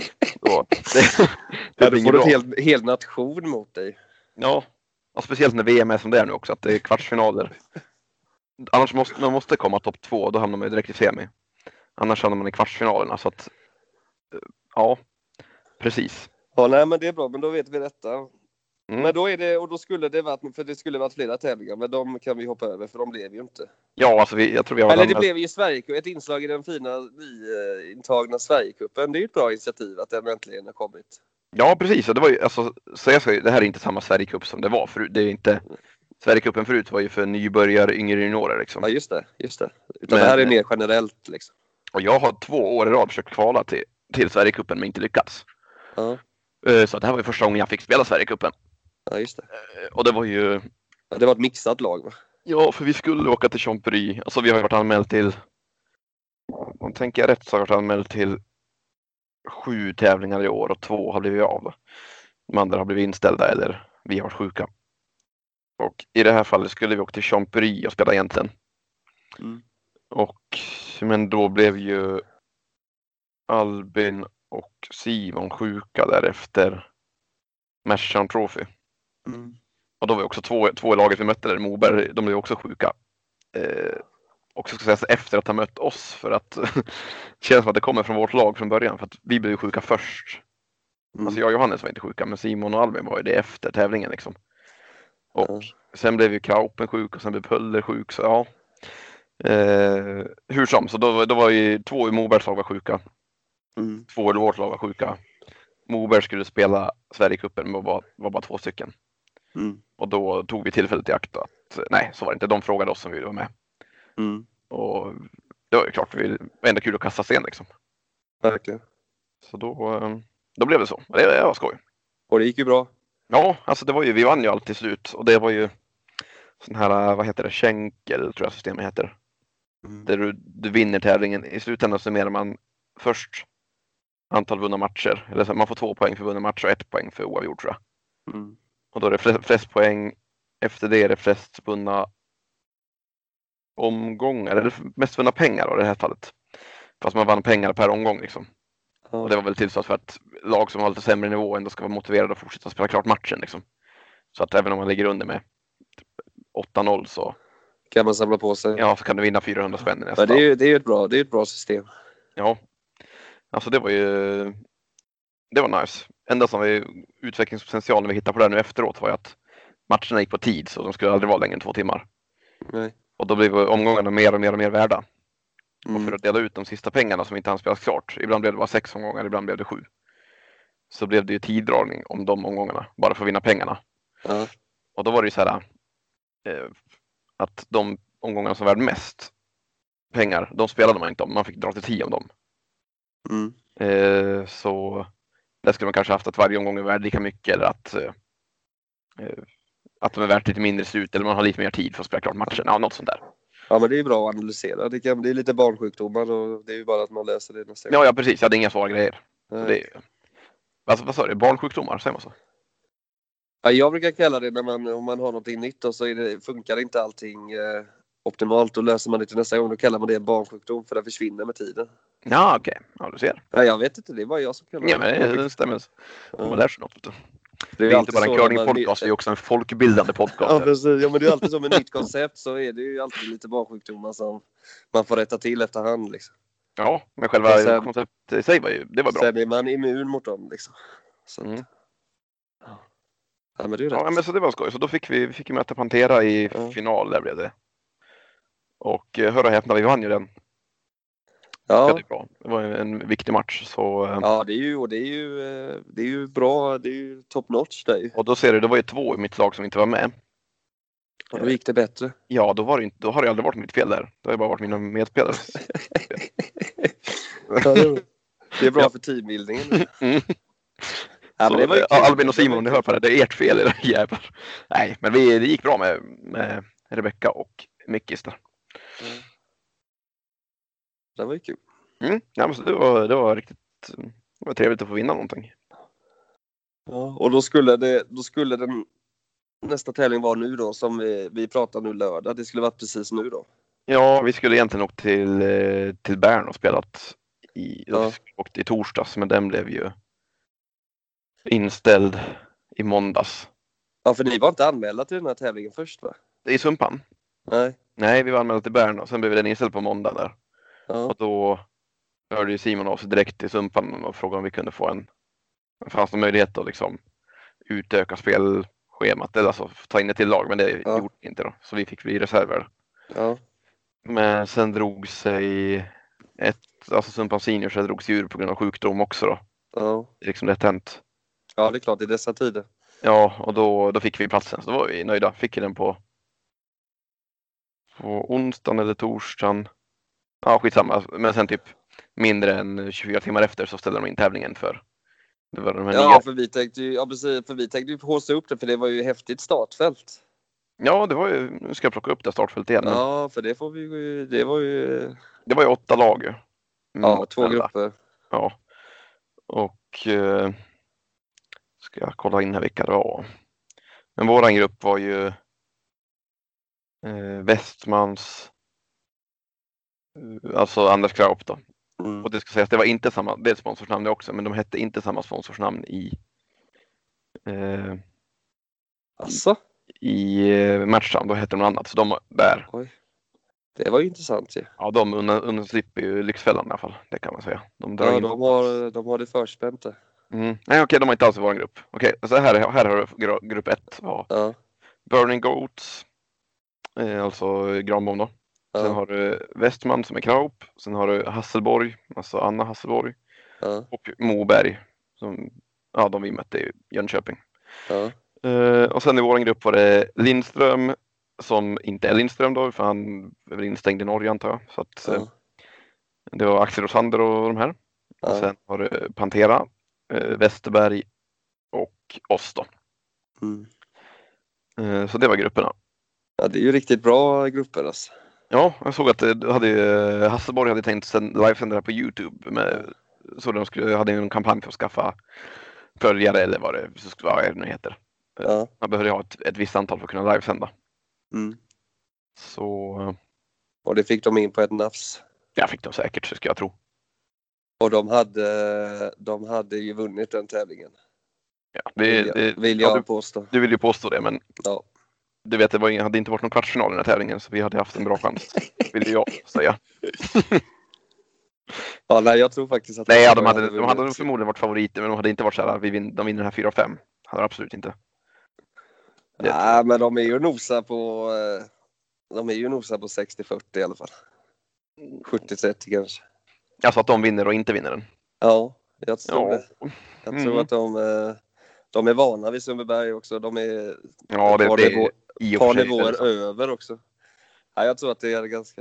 Du får en hel nation mot dig. Ja, och speciellt när VM är som det är nu också, att det är kvartsfinaler. Annars måste komma topp 2, då hamnar man ju direkt i semi. Annars hamnar man i kvartsfinalerna, så att ja, precis. Ja, nej, men det är bra, men då vet vi detta. Men då är det, och då skulle det varit, för det skulle varit flera tävlingar, men de kan vi hoppa över, för de blev ju inte. Ja, alltså jag tror vi har... Eller det blev ju Sverigecupen, ett inslag i den fina nyintagna Sverigecupen. Det är ju ett bra initiativ att den äntligen har kommit. Ja, precis. Det var ju, alltså, det här är inte samma Sverigecup som det var förut. Det är inte... Sverigecupen förut var ju för nybörjare, yngre juniorer liksom. Ja, just det. Utan det här är mer generellt liksom. Och jag har 2 år i rad försökt kvala till Sverigecupen men inte lyckats. Ja. Så det här var ju första gången jag fick spela Sverigecupen. Ja, just det. Och det var ju... Ja, det var ett mixat lag, va? Ja, för vi skulle åka till Champery. Alltså vi har ju varit anmäld till... Om tänker jag rätt så har jag varit anmäld till 7 tävlingar i år och 2 har blivit av. De andra har blivit inställda eller vi har varit sjuka. Och i det här fallet skulle vi åka till Champery och spela egentligen. Men då blev ju Albin och Simon sjuka därefter Merchant Trophy. Och då var vi också två i laget vi mötte där, Moberg, de blev också sjuka. Och så ska sägas efter att ha mött oss, för att det känns som att det kommer från vårt lag från början, för att vi blev sjuka först. Alltså jag och Johannes var inte sjuka, men Simon och Albin var ju det efter tävlingen liksom. Och sen blev ju Kraupen sjuk och sen blev Pöller sjuk, så ja. Hur som, så då var ju 2 i Mobergs lag var sjuka. 2 i vårt lag var sjuka. Moberg skulle spela Sverigecupen, men var bara 2 stycken. Och då tog vi tillfället i akt att, nej, så var det inte. De frågade oss om vi ville vara med. Och det var ju klart, det var ändå kul att kasta sten liksom. Verkligen. Så då blev det så. Det var skoj. Och det gick ju bra. Ja, alltså det var ju, vi vann ju alltid till slut. Och det var ju sån här, vad heter det, Schenkel tror jag systemet heter. Där du vinner tävlingen. I slutändan summerar man först antal vunna matcher. Eller så, man får 2 poäng för vunna matcher och 1 poäng för oavgjort tror jag. Och då är det flest poäng. Efter det är det flest vunna omgångar. Eller mest vunna pengar i det här fallet. Fast man vann pengar per omgång liksom. Och det var väl tillsatt för att lag som har lite sämre nivå ändå ska vara motiverade att fortsätta spela klart matchen liksom. Så att även om man ligger under med 8-0 så kan man samla på sig. Ja, så kan du vinna 400 spänn nästa. Ja, det är ju ett bra system. Ja. Alltså det var nice. Enda som var utvecklingspotential när vi hittade på det nu efteråt var ju att matcherna gick på tid, så de skulle aldrig vara längre än 2 timmar. Nej. Och då blev omgångarna mer och mer värda. Och för att dela ut de sista pengarna som inte hann spelas klart, ibland blev det bara 6 omgångar, ibland blev det 7. Så blev det ju tiddragning om de omgångarna, bara för att vinna pengarna. Och då var det ju så här att de omgångarna som värde mest pengar, de spelade man inte om, man fick dra till 10 om dem. Så där skulle man kanske haft att varje omgång är värd lika mycket, eller att de är värt lite mindre slut, eller man har lite mer tid för att spela klart matchen. Ja, något sånt där. Ja, men det är bra att analysera. Det är lite barnsjukdomar och det är ju bara att man läser det nästa gång. Ja, precis. Jag hade inga svåra grejer. Vad sa du? Barnsjukdomar, säger man så? Ja, jag brukar kalla det när om man har någonting nytt och så funkar inte allting optimalt. Då löser man det till nästa gång. Då kallar man det en barnsjukdom för det försvinner med tiden. Ja, okej. Ja, du ser. Nej, jag vet inte, det är bara jag som kallar det. Ja, men det stämmer. Man lär sig något. Vet du. Det är inte bara en curling-podcast, vi är också en folkbildande podcast. Ja, precis. Ja, men det är alltid som ett nytt koncept så är det ju alltid lite barnsjukdomar som man får rätta till efterhand liksom. Ja, men själva konceptet i sig det var bra. Sen är man immun mot dem liksom. Så att, ja, men det är ju rätt. Ja, men så det var skoj. Så då fick vi möta Pantera i final där blev det. Och hör och häpna, vi vann ju den. Ja. Det bra. Det var en viktig match. Så, ja, det är ju bra. Det är ju top notch där. Och då ser du, det var ju 2 i mitt lag som inte var med. Och då gick det bättre. Ja, då har det aldrig varit mitt fel där. Det har bara varit mina medspelare. Det är bra för teambildningen. Ja, men det var ju Albin och Simon, ni hör på det. Det är ert fel, era jävlar. Nej, men det gick bra med Rebecca och Mickis där. Det var ju kul. Ja, men så det var riktigt det var trevligt att få vinna någonting. Ja, och då skulle den nästa tävling vara nu då som vi pratar nu lördag. Det skulle varit precis nu då. Ja, vi skulle egentligen åkt till Bern och spelat åkt i torsdags, men den blev ju inställd i måndags. Ja, för ni var inte anmälda till den här tävlingen först, va? I Sumpan? Nej, vi var anmälda till Bern och sen blev den inställd på måndag där. Ja. Och då hörde ju Simon av sig direkt till Sumpan och frågade om vi kunde få fanns det möjlighet att liksom utöka spelschemat eller alltså ta in ett till lag, men det gjorde inte då. Så vi fick bli reserver. Ja. Men sen drog sig Sumpan Senior så drog sig ur på grund av sjukdom också då. Ja. Det är liksom rätt hänt. Ja, det är klart i dessa tider. Ja, och då fick vi platsen. Så då var vi nöjda. Fick den på onsdagen eller torsdagen. Ja, skitsamma. Men sen typ mindre än 24 timmar efter så ställde de in tävlingen för. Det var de här nya. För vi tänkte ju håsa upp det för det var ju häftigt startfält. Ja, det var ju, nu ska jag plocka upp det startfältet igen. Ja, för det var ju 8 lag. Ja, 2 grupper. Ja. Och ska jag kolla in här vilka det var. Men våran grupp var ju Westmans, alltså Anders Kraup då. Och det ska sägas, det var inte samma, det är ett sponsorsnamn det också, men de hette inte samma sponsorsnamn i matchen, då hette de något annat, så de där. Oj. Det var ju intressant ju. Ja, de undslipper ju Lyxfällan i alla fall, det kan man säga. De har det förspänt där. Nej, okej, de har inte alls vår grupp. Okej, så här har du grupp 1 var Burning Goats, alltså Granbom då. Sen har du Westman som är Kraup. Sen har du Hasselborg, alltså Anna Hasselborg. Och Moberg, som de vi mötte i Jönköping. Och sen i vår grupp var det Lindström, som inte är Lindström då, för han är väl instängd i Norge antar jag. Så att, det var Axel Rosander och de här. Och sen har du Pantera, Westerberg och oss då. Så det var grupperna. Ja, det är ju riktigt bra grupper alltså. Ja, jag såg att Hasselborg hade tänkt livesända det på YouTube. Så de hade en kampanj för att skaffa följare eller vad det nu heter. Man behöver ha ett visst antal för att kunna livesända. Så... Och det fick de in på ett nafs. Ja, fick de säkert, så ska jag tro. Och de hade ju vunnit den tävlingen. Ja, vill jag påstå. Du vill ju påstå det, men... Ja. Du vet, det hade inte varit någon kvartsfinal i den här tävlingen, så vi hade haft en bra chans. Vill jag säga. Ja, nej, jag tror faktiskt att... Nej, de hade förmodligen varit favoriter, men de hade inte varit så här, de vinner den här 4-5. Hade absolut inte. Nej, men de är ju nosa på 60-40 i alla fall. 70-30 kanske. Alltså att de vinner och inte vinner den. Ja, jag tror det. Jag tror att de är vana vid Sundbyberg också. De är ett par nivåer över också. Ja, jag tror att det är ganska...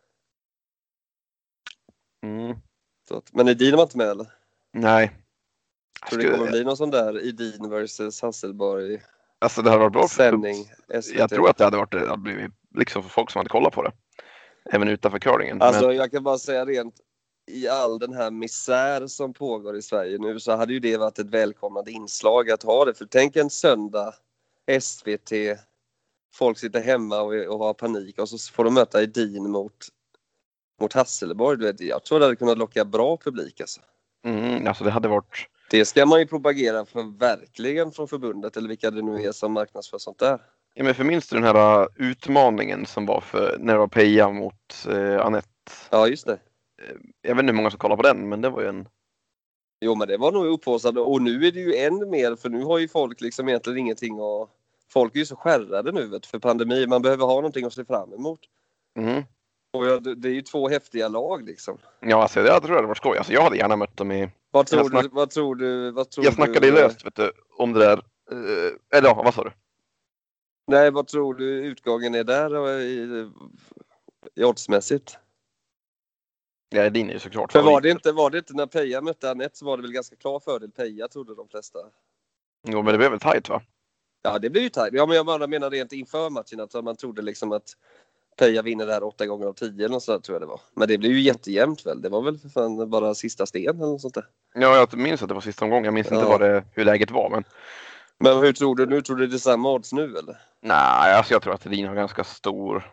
Men Edin var inte med eller? Nej. Tror det kommer bli någon sån där Edin versus Hasselborg? Alltså det hade varit bra sändning. Jag tror att det hade blivit liksom för folk som hade kollat på det. Även utanför curlingen. Alltså jag kan bara säga rent i all den här misär som pågår i Sverige nu så hade ju det varit ett välkomnande inslag att ha det. För tänk en söndag, SVT, folk sitter hemma och har panik och så får de möta Edin mot Hasselborg. Du vet, jag tror det hade kunnat locka bra publik alltså. Alltså det hade varit... Det ska man ju propagera för verkligen från förbundet eller vilka det nu är som marknadsför sånt där. Ja, men för minns du den här utmaningen som var för när det var Peja mot Anette? Ja, just det. Jag vet inte hur många som kollar på den, men det var ju en... Jo, men det var nog upphaussande. Och nu är det ju än mer, för nu har ju folk liksom egentligen ingenting att... Folk är ju så skärrade nu vet, för pandemi. Man behöver ha någonting att se fram emot. Och det är ju 2 häftiga lag liksom. Ja, alltså jag tror det var skoj. Alltså, jag hade gärna mött dem i... Vad tror du? Jag snackade ju löst vet du, om det där. Eller ja, vad sa du? Nej, vad tror du utgången är där i oddsmässigt? Ja, din är ju såklart. För var det inte när Peja mötte Anette så var det väl ganska klar fördel Peja, trodde de flesta. Jo, men det blev väl tajt va? Ja, det blir ju tajt. Ja, men jag menar rent inför matchen att man trodde liksom att Peja vinner det här 8 gånger av 10 eller så tror jag det var. Men det blev ju jättejämnt väl. Det var väl för fan bara sista sten eller något sånt där. Ja, jag minns att det var sista omgången. Jag minns inte hur läget var, Men hur tror du nu? Tror du det är samma odds nu eller? Nej, alltså jag tror att Edin har ganska stor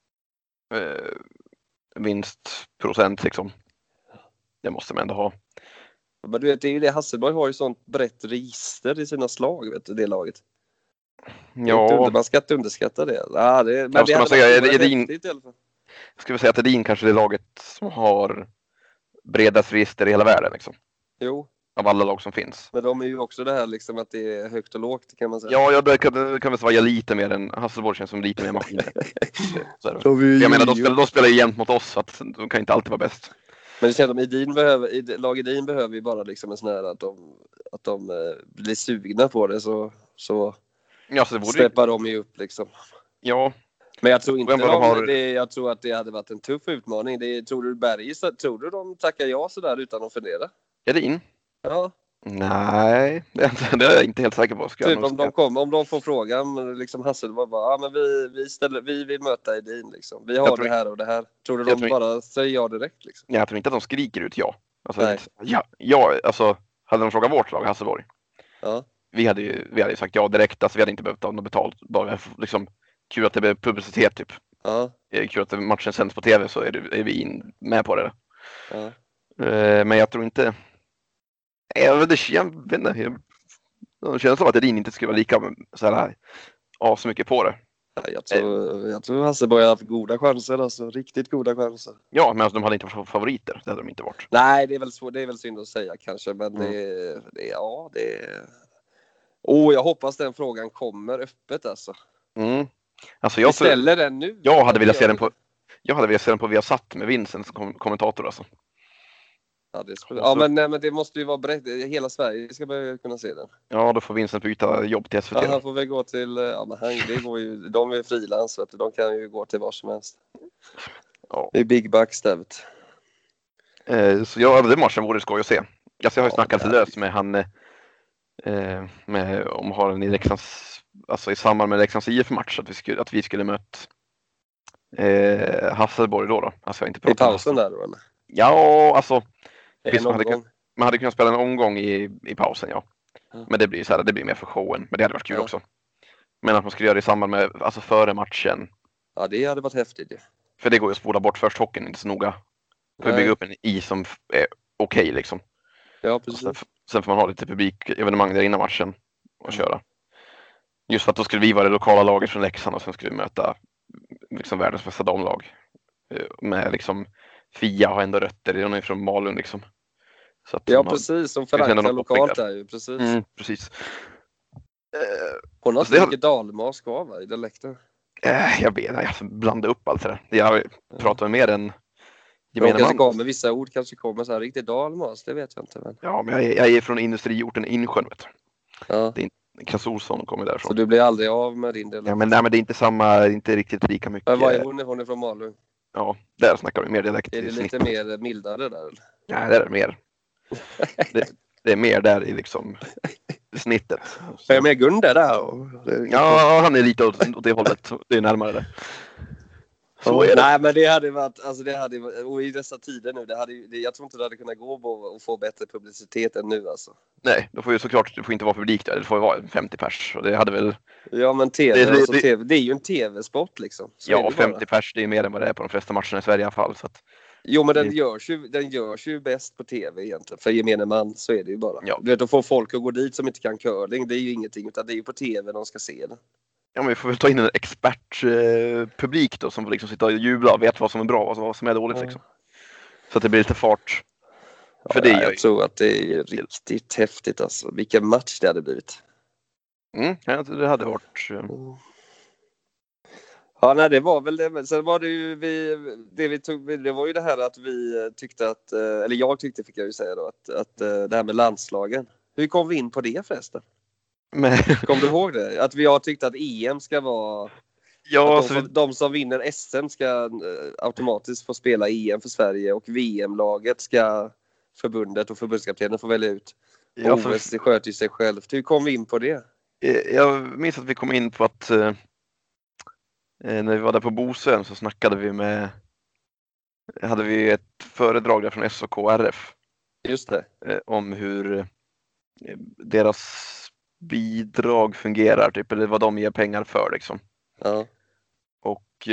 vinstprocent liksom. Det måste man ändå ha. Men du vet, det är ju det. Hasselborg har ju sånt brett register i sina slag, vet du, det laget. Ja. Man ska inte underskatta det. Ja, men det ska man säga, Edin, i alla fall. Ska vi säga att Edin kanske är det laget som har bredast register i hela världen liksom. Jo. Av alla lag som finns. Men de är ju också det här liksom att det är högt och lågt kan man säga. Ja, det kan väl svaja lite mer än Hasselborg känns som lite mer maskiner. Jag menar, de spelar ju jämt mot oss så att de kan inte alltid vara bäst. Men det känns som lag Edin behöver ju bara liksom en sån här att de blir sugna på det så ja, så det steppar de ju upp liksom. Ja. Men jag tror inte jag tror att det hade varit en tuff utmaning. Tror du de tackar ja så där utan att fundera? Edin? Ja. Nej, det är jag inte helt säker på. Typ om de får frågan liksom Hasselborg bara, men vi vill möta Edin liksom. Vi har det här och det här. Tror du de bara säger ja direkt liksom? Jag tror inte att de skriker ut ja. Alltså, alltså hade de frågat vårt lag Hasselborg. Ja. Vi hade ju sagt ja direkt, alltså vi hade inte behövt ha något betalt. Bara liksom kul att det blev publicitet typ. Ja. Kul att matchen sänds på tv så är vi med på det. Ja. Men jag tror inte. Jag vet inte. Det känns som att Edin inte skulle vara lika så mycket på det. Jag tror Hasselborg har haft goda chanser, alltså riktigt goda chanser. Ja, men alltså, de hade inte varit favoriter, det hade de inte varit. Nej, det är väl synd att säga kanske, men jag hoppas den frågan kommer öppet alltså. Alltså jag ställer den nu. Jag hade velat se den på Viasat med Vincent som kommentator alltså. Ja, men det måste ju vara brett. Hela Sverige ska börja kunna se den. Ja, då får Vincent byta jobb till SVT. Ja, han får väl gå till... de är frilans, så de kan ju gå till var som helst. Ja. Det är big bucks där, vet. Så den matchen vore skoj att se. Jag har ju snackat lite löst med han... om har en i Leksands... Alltså i samband med Leksands IF-match att vi skulle möta Hasselborg då. Alltså jag inte i pausen där då, eller? Ja, alltså... Man hade kunnat spela en omgång i pausen, ja. Men det blir det blir mer för showen. Men det hade varit kul också. Men att man skulle göra det i samband med, alltså före matchen. Ja, det hade varit häftigt. Ja. För det går ju att spola bort först hockeyn inte så noga. För att bygga upp en is som är okej liksom. Ja, precis. Sen får man ha lite publikevenemang där innan matchen och köra. Just för att då skulle vi vara det lokala laget från Leksand och sen skulle vi möta liksom världens bästa damlag. Med liksom Fia har ändå rötter, de är från Malung liksom. Så att precis, som förankrar lokalt där ju, precis. Precis. Hon har så mycket dalmas kvar va, i dialekten. Jag vet, jag blandar upp allt det där. Jag pratar mer än gemene man. Kommer vissa ord kanske kommer så här riktigt dalmas, det vet jag inte. Men. Ja, men jag är från industriorten Insjön, vet du. Ja. Det är Klass Olsson kommer därifrån. Så du blir aldrig av med din del? Ja, men nej, men det är inte samma, inte riktigt lika mycket. Men vad är hon? Hon är från Malung? Ja, där snackar vi mer dialekt. Är det lite mer mildare där? Eller? Nej, det är mer. det är mer där i liksom snittet. Så. Är jag med Gunde där? Ja, han är lite åt det hållet. Det är närmare det. Så är det. Nej, men det hade varit, alltså och i dessa tider nu, jag tror inte det hade kunnat gå att få bättre publicitet än nu alltså. Nej, då får ju såklart, det får inte vara publik där, det får ju vara 50 pers. Och det hade väl... Ja, men TV, det är ju en tv-sport liksom. Så ja, 50 pers, det är mer än vad det är på de flesta matcherna i Sverige i alla fall. Så att... Jo, men den görs ju bäst på tv egentligen. För gemene man, så är det ju bara. Ja. Du vet, att få folk att gå dit som inte kan curling, det är ju ingenting. Utan det är ju på tv de ska se det. Ja, men vi får väl ta in en expertpublik då som får liksom sitta och jubla och vet vad som är bra och vad som är dåligt liksom. Så att det blir lite fart. För det jag tror att det är riktigt häftigt alltså. Vilken match det hade blivit. Det hade varit... Ja, nej, det var väl det. Sen var det ju det var ju det här att vi tyckte att, eller jag tyckte, fick jag ju säga då, att det här med landslagen. Hur kom vi in på det förresten? Kom du ihåg det? Att vi har tyckt att EM ska vara... Ja, alltså, de som vinner SM ska automatiskt få spela EM för Sverige och VM-laget ska förbundet och förbundskaptenen få välja ut. Ja, OS sköter ju sig självt. Hur kom vi in på det? Jag minns att vi kom in på att när vi var där på Bosön så hade vi ett föredrag där från SOKRF. Just det. Om hur deras bidrag fungerar typ, eller vad de ger pengar för liksom. Ja. Och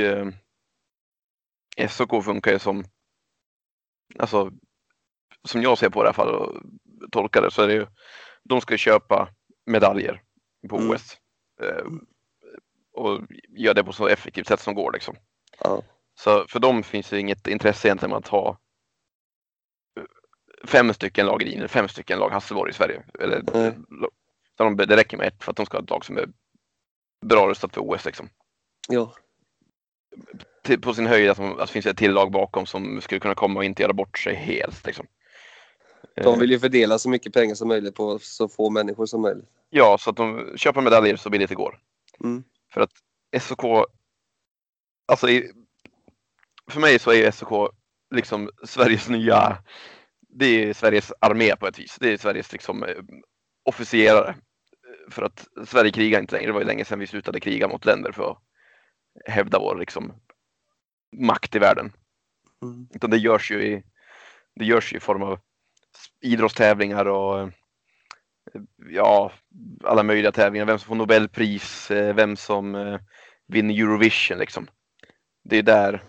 SOK funkar ju som, alltså som jag ser på det i alla fall och tolkar det, så är det ju, de ska köpa medaljer på OS och göra det på så effektivt sätt som går liksom. Ja. Så för dem finns det inget intresse egentligen med att ha 5 stycken lag i 5 stycken lag Hasselborg i Sverige. Eller, det räcker med ett för att de ska ha ett lag som är bra rustat för OS liksom. Ja. På sin höjd att det finns ett till lag bakom som skulle kunna komma och inte göra bort sig helt liksom. De vill ju fördela så mycket pengar som möjligt på så få människor som möjligt. Ja, så att de köper medaljer så billigt det går. För att SOK, alltså för mig så är SOK liksom Sveriges nya, det är Sveriges armé på ett vis. Det är Sveriges liksom officerare. För att Sverige krigar inte längre. Det var ju länge sedan vi slutade kriga mot länder för att hävda vår liksom makt i världen. Utan det görs ju i form av idrottstävlingar och ja, alla möjliga tävlingar. Vem som får Nobelpris, vem som vinner Eurovision liksom. Det är där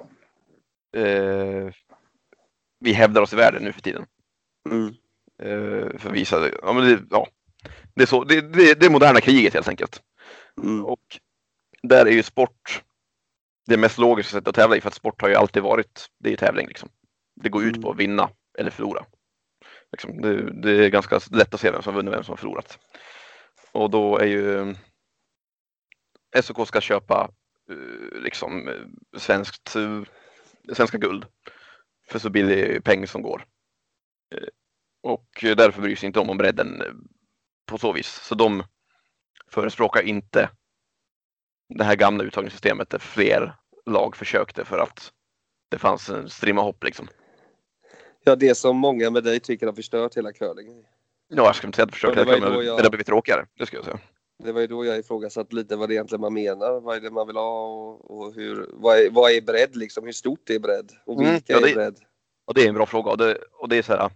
vi hävdar oss i världen nu för tiden. För att visa det. Ja, men det är så. Det är moderna kriget helt enkelt. Och där är ju sport det mest logiska sättet att tävla i, för att sport har ju alltid varit, det är ju tävling liksom. Det går ut på att vinna eller förlora. Liksom, det är ganska lätt att se vem som har vunnit och vem som har förlorat. Och då är ju SOK ska köpa liksom svenska guld för så billig peng som går. Och därför bryr sig inte om bredden på så vis. Så de förespråkar inte det här gamla uttagningssystemet där fler lag försökte för att det fanns en strimma hopp liksom. Ja, det som många med dig tycker har förstört hela curlingen. Ja, jag skulle inte säga att förstört hela curlingen, men det har blivit tråkigare, det ska jag säga. Det var ju då jag ifrågasatt lite vad det egentligen man menar, vad är det man vill ha och vad är bredd liksom, hur stort är bredd och vilka är bredd? Och det är en bra fråga och det är så här,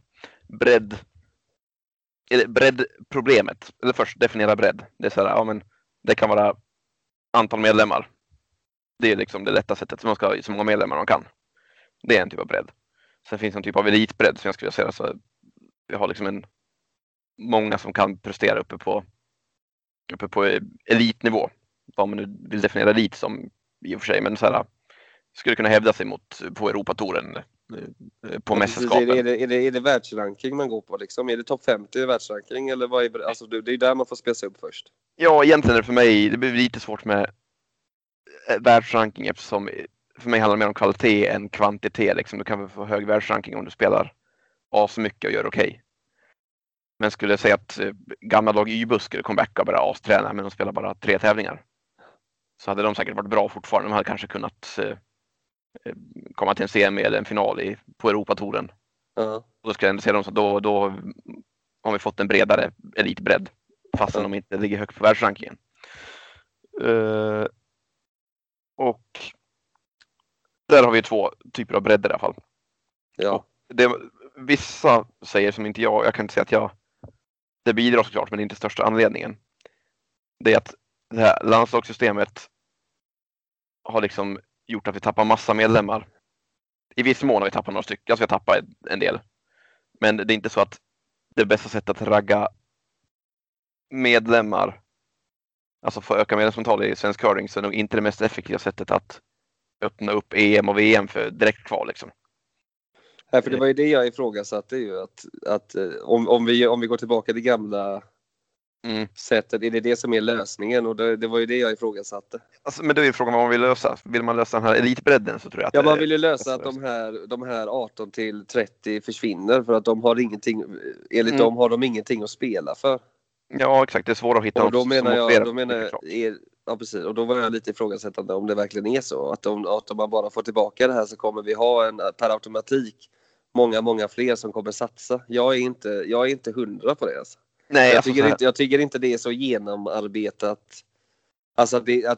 breddproblemet, eller först definiera bredd. Det är så här, ja men det kan vara antal medlemmar. Det är liksom det lätta sättet, som man ska ha så många medlemmar man kan. Det är en typ av bredd. Sen finns en typ av elitbredd som jag skulle säga, så vi har liksom många som kan prestera uppe på elitnivå. Vad man nu vill definiera elit som i och för sig, men så här skulle kunna hävda sig på Europatouren på mästerskapen. Är det världsranking man går på liksom? Är det topp 50 i världsranking eller vad är, alltså det är där man får spesa upp först? Ja, egentligen är det för mig, det blir lite svårt med världsranking eftersom för mig handlar det mer om kvalitet än kvantitet liksom. Du kan väl få hög världsranking om du spelar så mycket och gör okej. Men skulle jag säga att gamla lag Y-buss skulle comebacka och bara asträna, men de spelar bara 3 tävlingar. Så hade de säkert varit bra fortfarande. De hade kanske kunnat komma till en semi eller en final på Europatouren. Och då ska jag ändå se dem så då har vi fått en bredare elitbredd fastän de inte ligger högt på världsrankingen. Och där har vi 2 typer av bredder i alla fall. Ja. Vissa säger som inte jag kan inte säga att det bidrar såklart, men det är inte största anledningen. Det är att det här landslagssystemet har liksom gjort att vi tappar massa medlemmar. I viss mån har vi tappat några stycken, så vi har tappat en del. Men det är inte så att det bästa sättet att ragga medlemmar, alltså få öka medlemsantal i svensk curling, så är nog inte det mest effektiva sättet att öppna upp EM och VM för direkt kval liksom. Nej, för det var ju det jag ifrågasatte ju, att om vi går tillbaka till gamla sättet, är det som är lösningen? Och det var ju det jag ifrågasatte. Alltså, men det är ju frågan vad man vill lösa. Vill man lösa den här elitbredden så tror jag att... Ja, man vill ju lösa att de här 18 till 30 försvinner för att de har ingenting, enligt dem har de ingenting att spela för. Ja, exakt. Det är svårt att hitta och då menar jag, ja precis, och då var jag lite ifrågasättande om det verkligen är så att om man bara får tillbaka det här så kommer vi ha per automatik många fler som kommer satsa. Jag är inte 100 på det alltså. Nej, jag tycker inte det är så genomarbetat. Alltså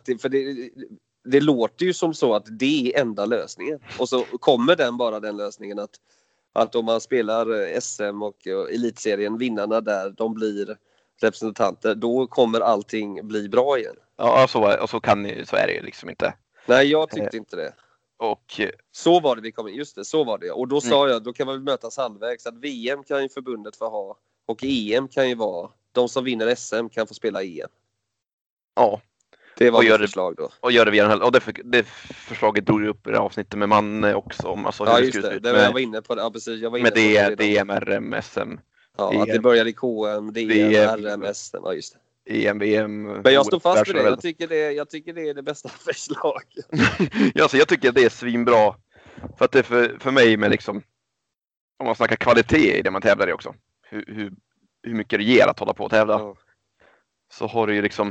det låter ju som så att det är enda lösningen. Och så kommer den lösningen att om man spelar SM och elitserien, vinnarna där, de blir representanter, då kommer allting bli bra igen. Ja, så är det ju liksom inte. Nej, jag tyckte inte det. Och så var det vi kom in, just det, så var det. Och då sa jag, då kan man mötas halvvägs, att VM kan ju förbundet få ha och EM kan ju vara, de som vinner SM kan få spela EM. Ja. Det var ett förslag då. Och gör det via den här, och det förslaget drog ju upp i det avsnittet med Manne också om alltså ja, just det. Jag var inne på det. Ja, precis. Jag var inne med DM, RM, SM. Ja, att det började i KM, DM, RM, SM. Ja, just det. EM, VM. Men jag står fast vid det. Jag tycker det är det bästa förslaget. Ja, så jag tycker det är svinbra. För att det för mig med liksom, om man snackar kvalitet i det man tävlar i också. Hur mycket det ger att hålla på och tävla. Ja. Så har du ju liksom.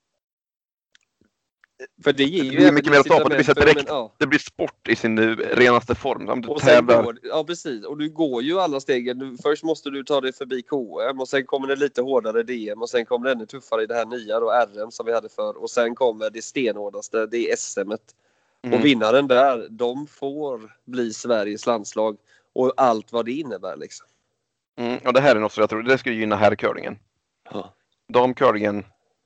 För det ger ju mycket mer att ta på. Det blir så direkt, det blir sport i sin renaste form. Du tävlar. Ja, precis. Och du går ju alla stegen. Först måste du ta dig förbi KM och sen kommer det lite hårdare DM och sen kommer det ännu tuffare i det här nya då, RM som vi hade för. Och sen kommer det stenhårdaste, det är SM-et. Och vinnaren där, de får bli Sveriges landslag och allt vad det innebär liksom. Och det här är något som jag tror, det skulle gynna herrcurlingen. Ja. Damcurlingen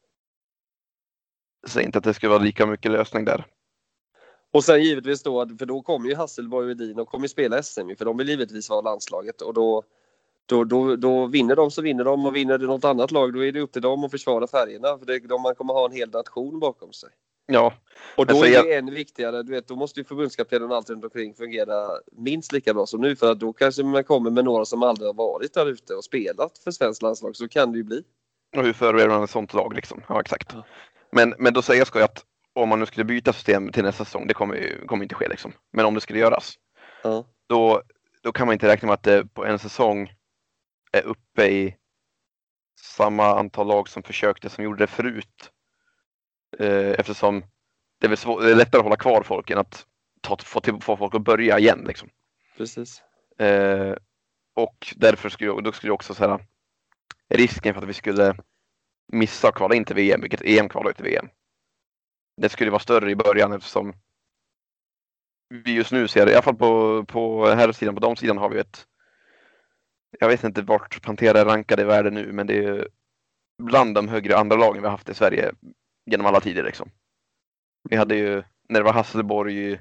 säger inte att det ska vara lika mycket lösning där. Och sen givetvis då, för då kommer ju Hasselborg och Edin och kommer ju spela SM, för de vill givetvis vara landslaget. Och då vinner de så vinner de, och vinner det något annat lag då är det upp till dem att försvara färgerna. För man kommer ha en hel nation bakom sig. Ja. Och då är det än viktigare, du vet, då måste ju förbundskaptenen och allt runt omkring fungera minst lika bra som nu. För att då kanske man kommer med några som aldrig har varit där ute och spelat för svensk landslag, så kan det ju bli. Och hur förbereder man ett sånt lag liksom? Ja, exakt. Ja. Men då säger jag att om man nu skulle byta system till nästa säsong, det kommer inte ske liksom. Men om det skulle göras, då kan man inte räkna med att det på en säsong är uppe i samma antal lag som försökte, som gjorde det förut. Eftersom det är lättare att hålla kvar folk än att få folk att börja igen liksom. Precis. Och därför skulle också så här, risken för att vi skulle missa kvala in till VM, vilket EM kvalar till VM. Det skulle vara större i början, eftersom vi just nu ser, i alla fall på här sidan, på de sidan har vi jag vet inte vart Pantera är rankade i världen nu, men det är bland de högre andra lagen vi har haft i Sverige genom alla tider liksom. Vi hade ju, när det var Hasselborg,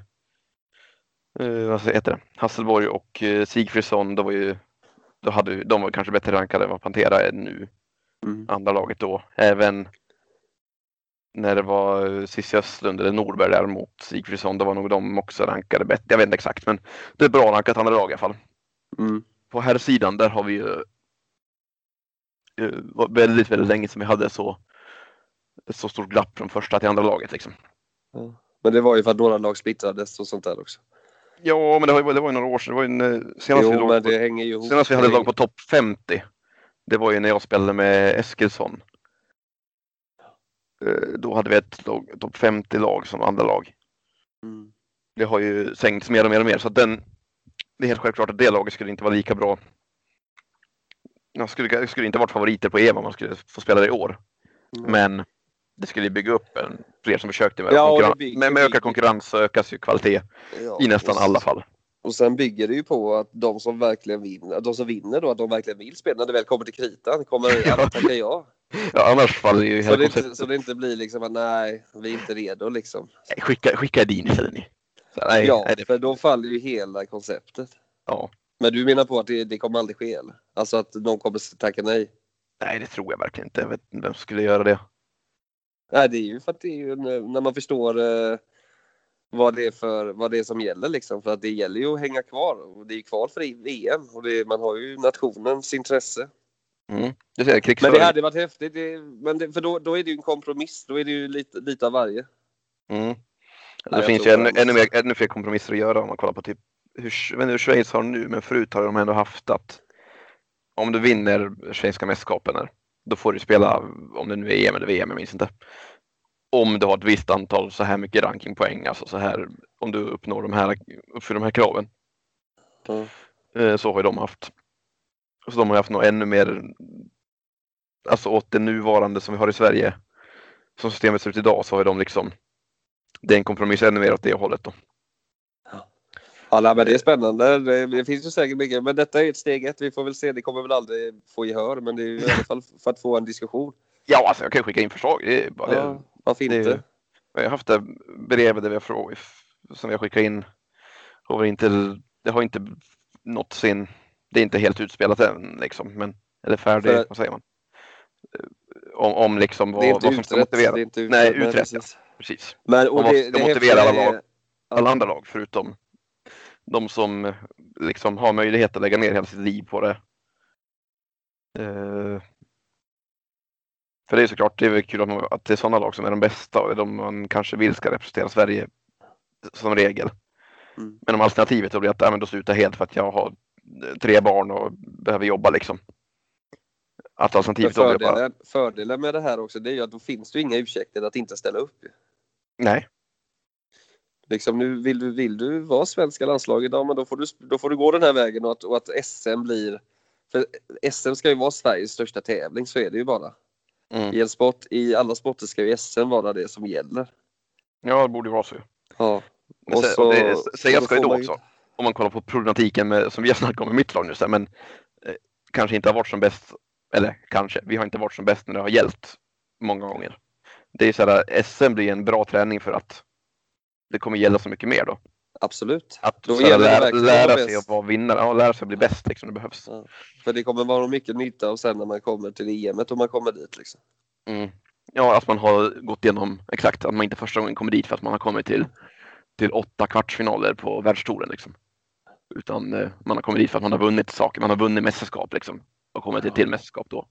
Hasselborg och Sigfridsson, de var kanske bättre rankade än vad Pantera är nu. Andra laget då. Även när det var Cissi Östlund eller Norberg där mot Sigfridsson, då var nog de också rankade bättre. Jag vet inte exakt, men det är bra rankat andra lag i alla fall. På här sidan där har vi ju väldigt, väldigt länge som vi hade så stort glapp från första till andra laget liksom. Ja. Men det var ju för att några lag splittrades och sånt där också. Ja, men det var ju några år sedan. Det var ju senast vi hade lag på topp 50. Det var ju när jag spelade med Eskilsson. Då hade vi ett topp 50-lag som andra lag. Det har ju sänkts mer och mer och mer. Så att det är helt självklart att det laget skulle inte vara lika bra. Jag skulle inte varit favoriter på EM om man skulle få spela det i år. Men det skulle bygga upp fler som försökte med, Ja, med ökad konkurrens så ökas ju kvalitet i nästan alla fall. Och sen bygger det ju på att de som verkligen vinner, de som vinner då, att de verkligen vill spela när det väl kommer till kritan, kommer alla tacka ja. Ja, annars faller ju hela konceptet. Så det inte blir liksom att nej, vi är inte redo liksom. Skicka din istället ni. För då faller ju hela konceptet. Ja. Men du menar på att det kommer aldrig ske eller? Alltså att någon kommer tacka nej? Nej, det tror jag verkligen inte. Jag vet inte vem som skulle göra det. Nej, det är ju för att det är ju när man förstår vad det är som gäller liksom. För att det gäller ju att hänga kvar. Och det är kvar för VM. Och man har ju nationens intresse. Du ser, men det hade varit häftigt. För då är det ju en kompromiss. Då är det ju lite av varje. Det finns ju ännu fler kompromisser att göra om man kollar på typ hur Schweiz har nu. Men förut har de ändå haft att om du vinner svenska mästerskapen då får du spela, om det nu är EM eller VM, jag minns inte. Om du har ett visst antal så här mycket rankingpoäng, alltså så här, om du uppfyller de här kraven. Så har ju de haft. Så de har haft något ännu mer, alltså åt det nuvarande som vi har i Sverige, som systemet ser ut idag, så har de liksom, det är en kompromiss ännu mer åt det hållet då. Ja, men det är spännande. Det finns ju säkert mycket. Men detta är ett steg 1. Vi får väl se. Det kommer väl aldrig få gehör. Men det är ju i alla fall för att få en diskussion. Ja, alltså jag kan skicka in förslag. Det är bara varför inte? Jag har haft det brevet där som jag skickar in. Det har inte nått sin... Det är inte helt utspelat än liksom. Men, eller färdig, vad säger man? Om liksom vad som ska motivera. Det är inte utrett. Nej, utrett. Precis. Men, och det motiverar alla andra lag förutom de som liksom har möjlighet att lägga ner hela sitt liv på det. För det är såklart, det är kul att det är sådana lag som är de bästa och de man kanske vill ska representera Sverige som regel. Men om alternativet då blir att då slutar helt för att jag har 3 barn och behöver jobba liksom. Att alternativet fördelen med det här också, det är ju att då finns det inga ursäkter att inte ställa upp. Nej. Liksom nu vill du vara svenska landslaget, men då får du gå den här vägen och att SM blir, för SM ska ju vara Sveriges största tävling, så är det ju bara. I en sport, i alla sporter ska ju SM vara det som gäller. Ja, det borde ju vara så. Ja. Och säga ska ju då också, om man kollar på problematiken som vi har snackat om i mitt lag nu, men kanske inte har varit som bäst, eller kanske, vi har inte varit som bäst när det har gällt många gånger. Det är så här, SM blir en bra träning för att det kommer gälla så mycket mer då. Absolut. Att då lära sig att vara vinnare, och lära sig att bli bäst liksom, det behövs. Ja. För det kommer vara mycket nytta och sen när man kommer till EM och man kommer dit liksom. Ja, att man har gått igenom exakt, att man inte första gången kommer dit för att man har kommit till 8 kvartsfinaler på världstouren liksom. Utan man har kommit dit för att man har vunnit saker, man har vunnit mästerskap liksom och kommit till mästerskap då.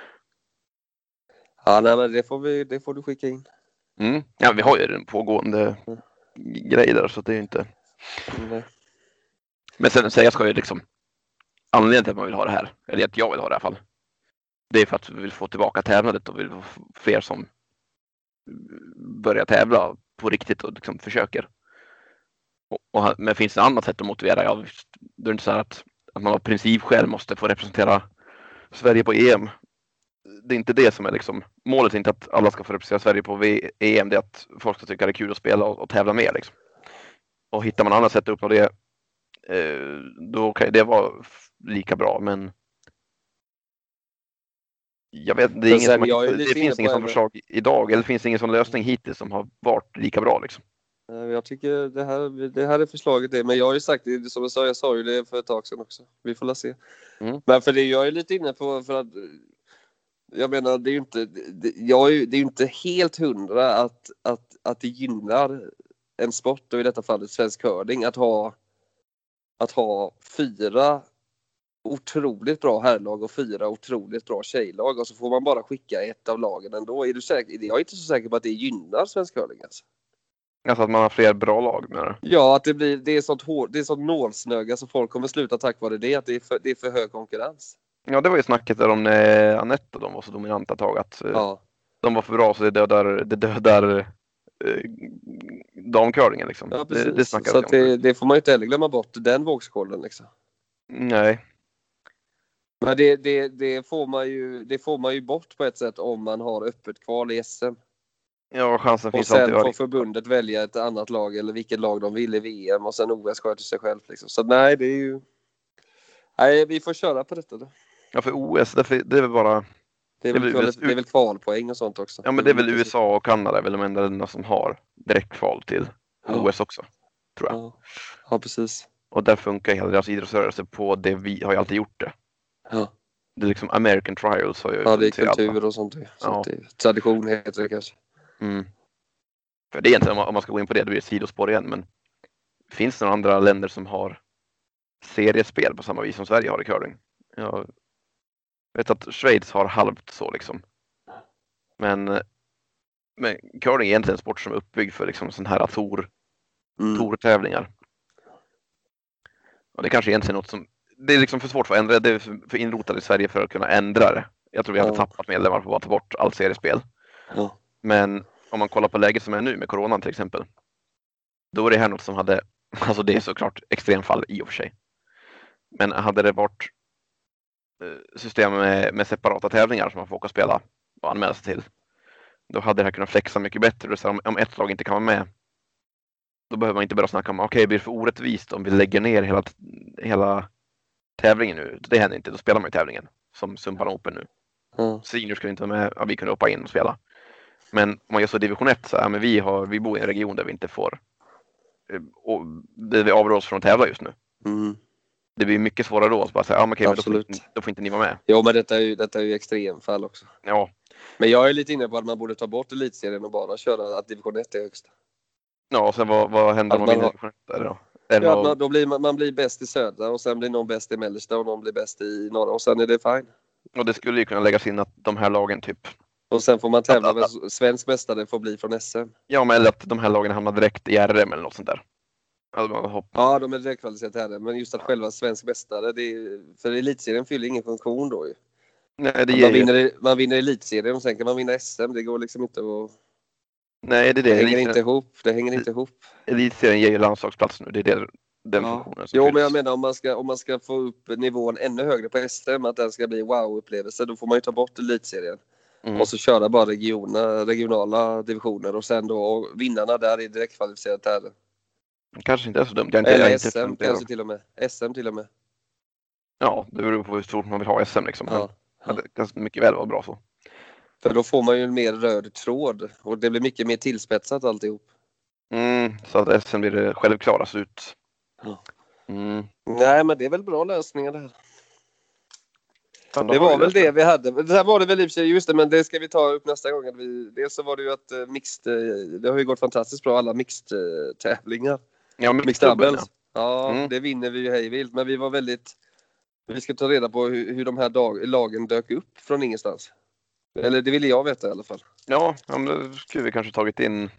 Ja, nej, men det får du skicka in. Ja, vi har ju en pågående grej där, så det är ju inte... Men sen säga ska ju liksom, anledningen till att man vill ha det här, eller att jag vill ha det i alla fall, det är för att vi vill få tillbaka tävlandet och vill få fler som börjar tävla på riktigt och liksom försöker. Men finns det ett annat sätt att motivera? Ja, det är inte så här att man av principskäl måste få representera Sverige på EM. Det är inte det som är liksom, målet är inte att alla ska få representera Sverige på EM, det är att folk ska tycka det är kul att spela och tävla mer liksom. Och hittar man annat sätt att uppnå det, då kan det vara lika bra, men jag vet, det är det finns ingen sån förslag idag, eller det finns ingen sån lösning hittills som har varit lika bra liksom. Jag tycker det här är förslaget det, men jag har ju sagt det, som jag sa ju det för ett tag sedan också. Vi får se. Men för det jag är lite inne på, för att jag menar, det är ju inte det är inte helt 100 att det gynnar en sport, och i detta fallet svensk curling, att ha 4 otroligt bra herrlag och 4 otroligt bra tjejlag, och så får man bara skicka ett av lagen ändå. Är du säker? Jag är inte så säker på att det gynnar svensk curling alltså. Alltså att man har fler bra lag med det. Ja, att det är sånt nålsnöga så folk kommer sluta tack vare det, att det är för hög konkurrens. Ja, det var ju snacket där om Anette och de var så dominanta tag att de var för bra, så det dödar damcurlingen liksom. Ja, precis. Så att det får man ju inte heller glömma bort, den vågskålen liksom. Nej. Men det får man ju bort på ett sätt om man har öppet kval i SM. Ja, chansen Och finns sen alltid. får förbundet välja ett annat lag eller vilket lag de vill i VM och sen OS sköter sig själv. Liksom. Så nej, det är ju... Nej, vi får köra på detta då. Ja, för OS, det är väl bara... Det är väl kvalpoäng och sånt också. Ja, men det är väl USA och Kanada är väl de enda länderna som har direktkval till OS också, tror jag. Ja, precis. Och där funkar hela deras idrottsrörelse på det. Vi har ju alltid gjort det. Ja. Det är liksom American Trials. Har ju Ja, det är kultur och sånt. Så ja. det är tradition heter det kanske. Mm. För det är egentligen, om man ska gå in på det, det blir ett sidospår igen. Men finns det några andra länder som har seriespel på samma vis som Sverige har i curling? Jag vet att Schweiz har halvt så liksom. Men curling är egentligen en sport som är uppbyggd för liksom sån här tortävlingar. Och det kanske egentligen är något som det är liksom för svårt för att ändra. Det är för inrotat i Sverige för att kunna ändra det. Jag tror vi hade tappat medlemmar på att ta bort allt seriespel. Ja. Men om man kollar på läget som är nu med coronan till exempel. Då är det här något som hade, alltså det är såklart extremfall i och för sig. Men hade det varit system med separata tävlingar som man får åka och spela och anmäla sig till. Då hade det här kunnat flexa mycket bättre. Så om ett lag inte kan vara med. Då behöver man inte börja snacka om okej, blir det för orättvist om vi lägger ner hela tävlingen nu. Det händer inte, då spelar man ju tävlingen. Som Sumpan Open nu. Senior skulle inte vara med, ja, vi kunde hoppa in och spela. Men om man gör så division 1 så men vi bor i en region där vi inte får och vi avråder oss från att tävla just nu. Det blir mycket svårare då att bara säga, men okej, då får inte ni vara med. Jo, men detta är ju extremfall också. Ja. Men jag är lite inne på att man borde ta bort elitserien och bara köra att division 1 är högst. Ja, och sen vad händer om man vinner division 1 där då? Ja, då blir man blir bäst i södra och sen blir någon bäst i mellersta och någon blir bäst i norra och sen är det fine. Och det skulle ju kunna läggas in att de här lagen typ. Och sen får man tävla med svensk mästare får bli från SM. Ja, men eller att de här lagen hamnar direkt i RM eller något sånt där. Ja, de är direkt kvalificerade här. Men just att själva svensk mästare, för elitserien fyller ingen funktion då ju. Nej, man vinner elitserien och sen kan man vinna SM. Det går liksom inte att... Nej, det hänger inte ihop. Det hänger inte ihop. Elitserien ger ju landslagsplats nu. Det är den funktionen. Jo, men jag menar om man ska få upp nivån ännu högre på SM, att den ska bli wow-upplevelse, då får man ju ta bort elitserien. Och så köra bara regionala divisioner och sen då vinnarna där är direkt kvalificerade tävling. Kanske inte är så dumt. Eller SM kanske till och med. SM till och med. Ja, det beror på hur stort man vill ha SM liksom. Men det kan mycket väl vara bra så. För då får man ju en mer röd tråd och det blir mycket mer tillspetsat alltihop. Så att SM blir det självklarast ut. Nej, men det är väl bra lösningar det här. Det var väl det vi hade. Det här var det väl i och för sig, just det, men det ska vi ta upp nästa gång. Dels så var det ju att det har ju gått fantastiskt bra alla mixed-tävlingar. Ja, mixed doubles. Ja, det vinner vi ju hejvilt. Men vi ska ta reda på hur de här lagen dök upp från ingenstans. Eller det ville jag veta i alla fall. Ja, men då skulle vi kanske tagit in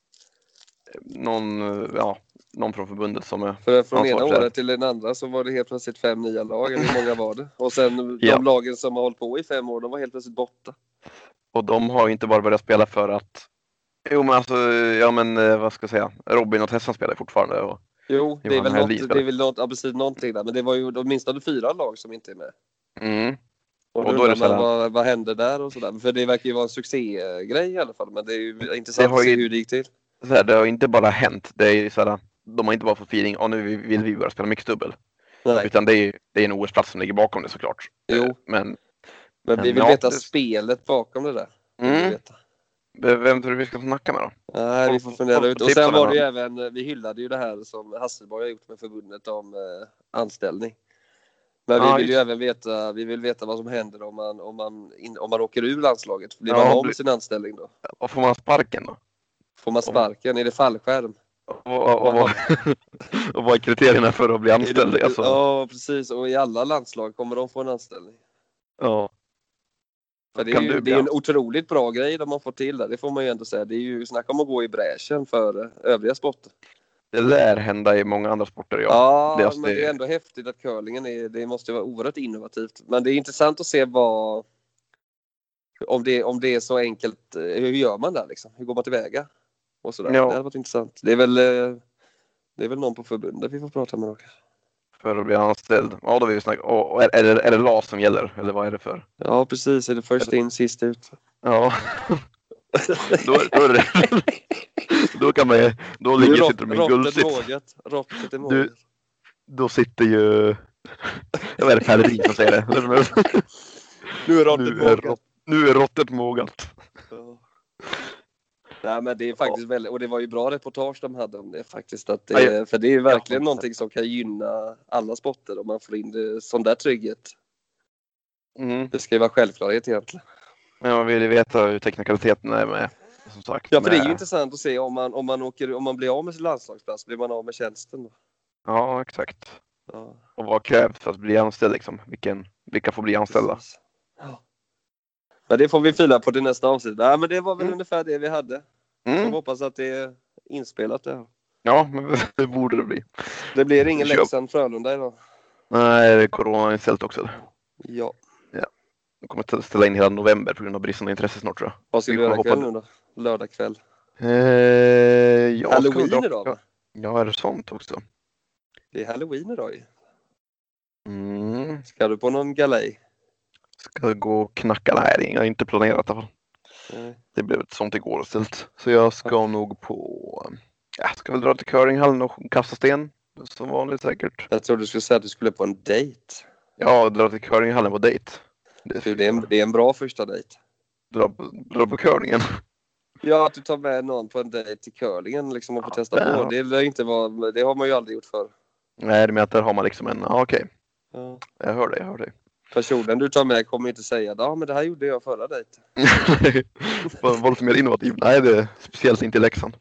någon från förbundet som är... För från ena året till den andra så var det helt plötsligt 5 nya lag. Hur många var det? Och sen de lagen som har hållit på i 5 år, de var helt plötsligt borta. Och de har inte bara börjat spela för att... Jo, men alltså, vad ska jag säga? Robin och Tessan spelar fortfarande. Och jo, det är väl precis någonting där. Men det var ju åtminstone 4 lag som inte är med. Och då undrar man vad händer där och sådär. För det verkar ju vara en succégrej i alla fall. Men det är ju intressant att se hur det gick till. Så här, det har inte bara hänt. Det är ju så här, de har inte bara fått feeling, nu vill vi börja spela mixdubbel. Utan det är en OS-plats som ligger bakom det såklart. Jo. Men vi vill veta spelet bakom det där. Vem tror du vi ska snacka med då? Nej, vi får fundera ut. Och sen var det ju även, vi hyllade ju det här som Hasselborg har gjort med förbundet om anställning. Men vi vill ju även veta vad som händer om man åker ur landslaget. Blir man av med sin anställning då? Och får man sparken då? Får man sparken? Är det fallskärm? Och vad är kriterierna för att bli anställd? Ja, precis. Och i alla landslag kommer de få en anställning. Ja. För det är ju en otroligt bra grej de har fått till där. Det får man ju ändå säga. Det är ju snack om att gå i bräschen för övriga sporter. Det lär hända i många andra sporter. Ja, men det är ändå häftigt att curlingen det måste vara oerhört innovativt. Men det är intressant att se om det är så enkelt. Hur gör man där liksom? Hur går man tillväga? Och sådär. Ja. Det har varit intressant. Det är väl någon på förbundet vi får prata med också. För att bli anställd. Ja, då vill vi snacka. Är det LAS som gäller? Eller vad är det för? Ja, precis. Är det först in, sist ut? Ja. Då är det, då kan man ju, då ligger sitter de i en guldsits. Råttet är vågat. Då sitter ju, jag vet inte, Pellerin som säger det. Nu är råttet mogat. Ja. Nej, men det är faktiskt väldigt, och det var ju bra reportage de hade om det faktiskt, att för det är ju verkligen någonting som kan gynna alla sporter om man får in det, sån där trygghet. Det ska ju vara självklarhet egentligen. Men man vill ju veta hur teknikaliteten är med, som sagt. Ja, för det är ju intressant att se om man blir av med sin landslagsplats, blir man av med tjänsten då? Ja, exakt. Ja. Och vad krävs för att bli anställd liksom? Vilka får bli anställda? Ja. Men det får vi fila på till nästa avsnitt. Nej, men det var väl ungefär det vi hade. Jag hoppas att det är inspelat det här. Ja, men det borde det bli. Det blir ingen Leksand-Frölunda idag. Nej, det är corona inställt också. Ja. Jag kommer att ställa in hela november på grund av bristande intresse snart, tror jag. Vad ska du göra kväll nu då? Lördag kväll? Halloween idag, va? Ja, är det sånt också? Det är Halloween idag ju. Ska du på någon galej? Ska gå och knacka? Nej, jag har inte planerat i alla fall. Det blev ett sånt igår istället. Så jag ska nog på... Jag ska väl dra till curlinghallen och kasta sten. Som vanligt säkert. Jag trodde du skulle säga att du skulle på en dejt. Ja, dra till curlinghallen på dejt. Det är en bra första dejt. Dra på curlingen. Ja, att du tar med någon på en dejt till curlingen liksom, och får testa på. Det har man ju aldrig gjort förr. Nej, det med att där har man liksom en... okej. Ja. Jag hör dig. Personen du tar med kommer inte säga men det här gjorde jag förra dejten. Var lite mer innovativ. Nej, det är speciellt inte i Leksand.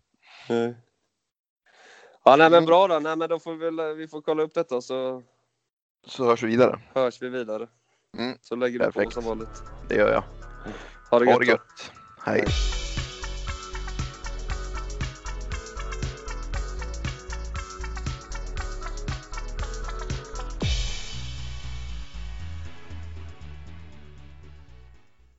Ja, nej men bra då. Nej, men då får vi får kolla upp detta så hörs vi vidare. Så lägger du på som vanligt. Det gör jag. Ha det gött. Hej.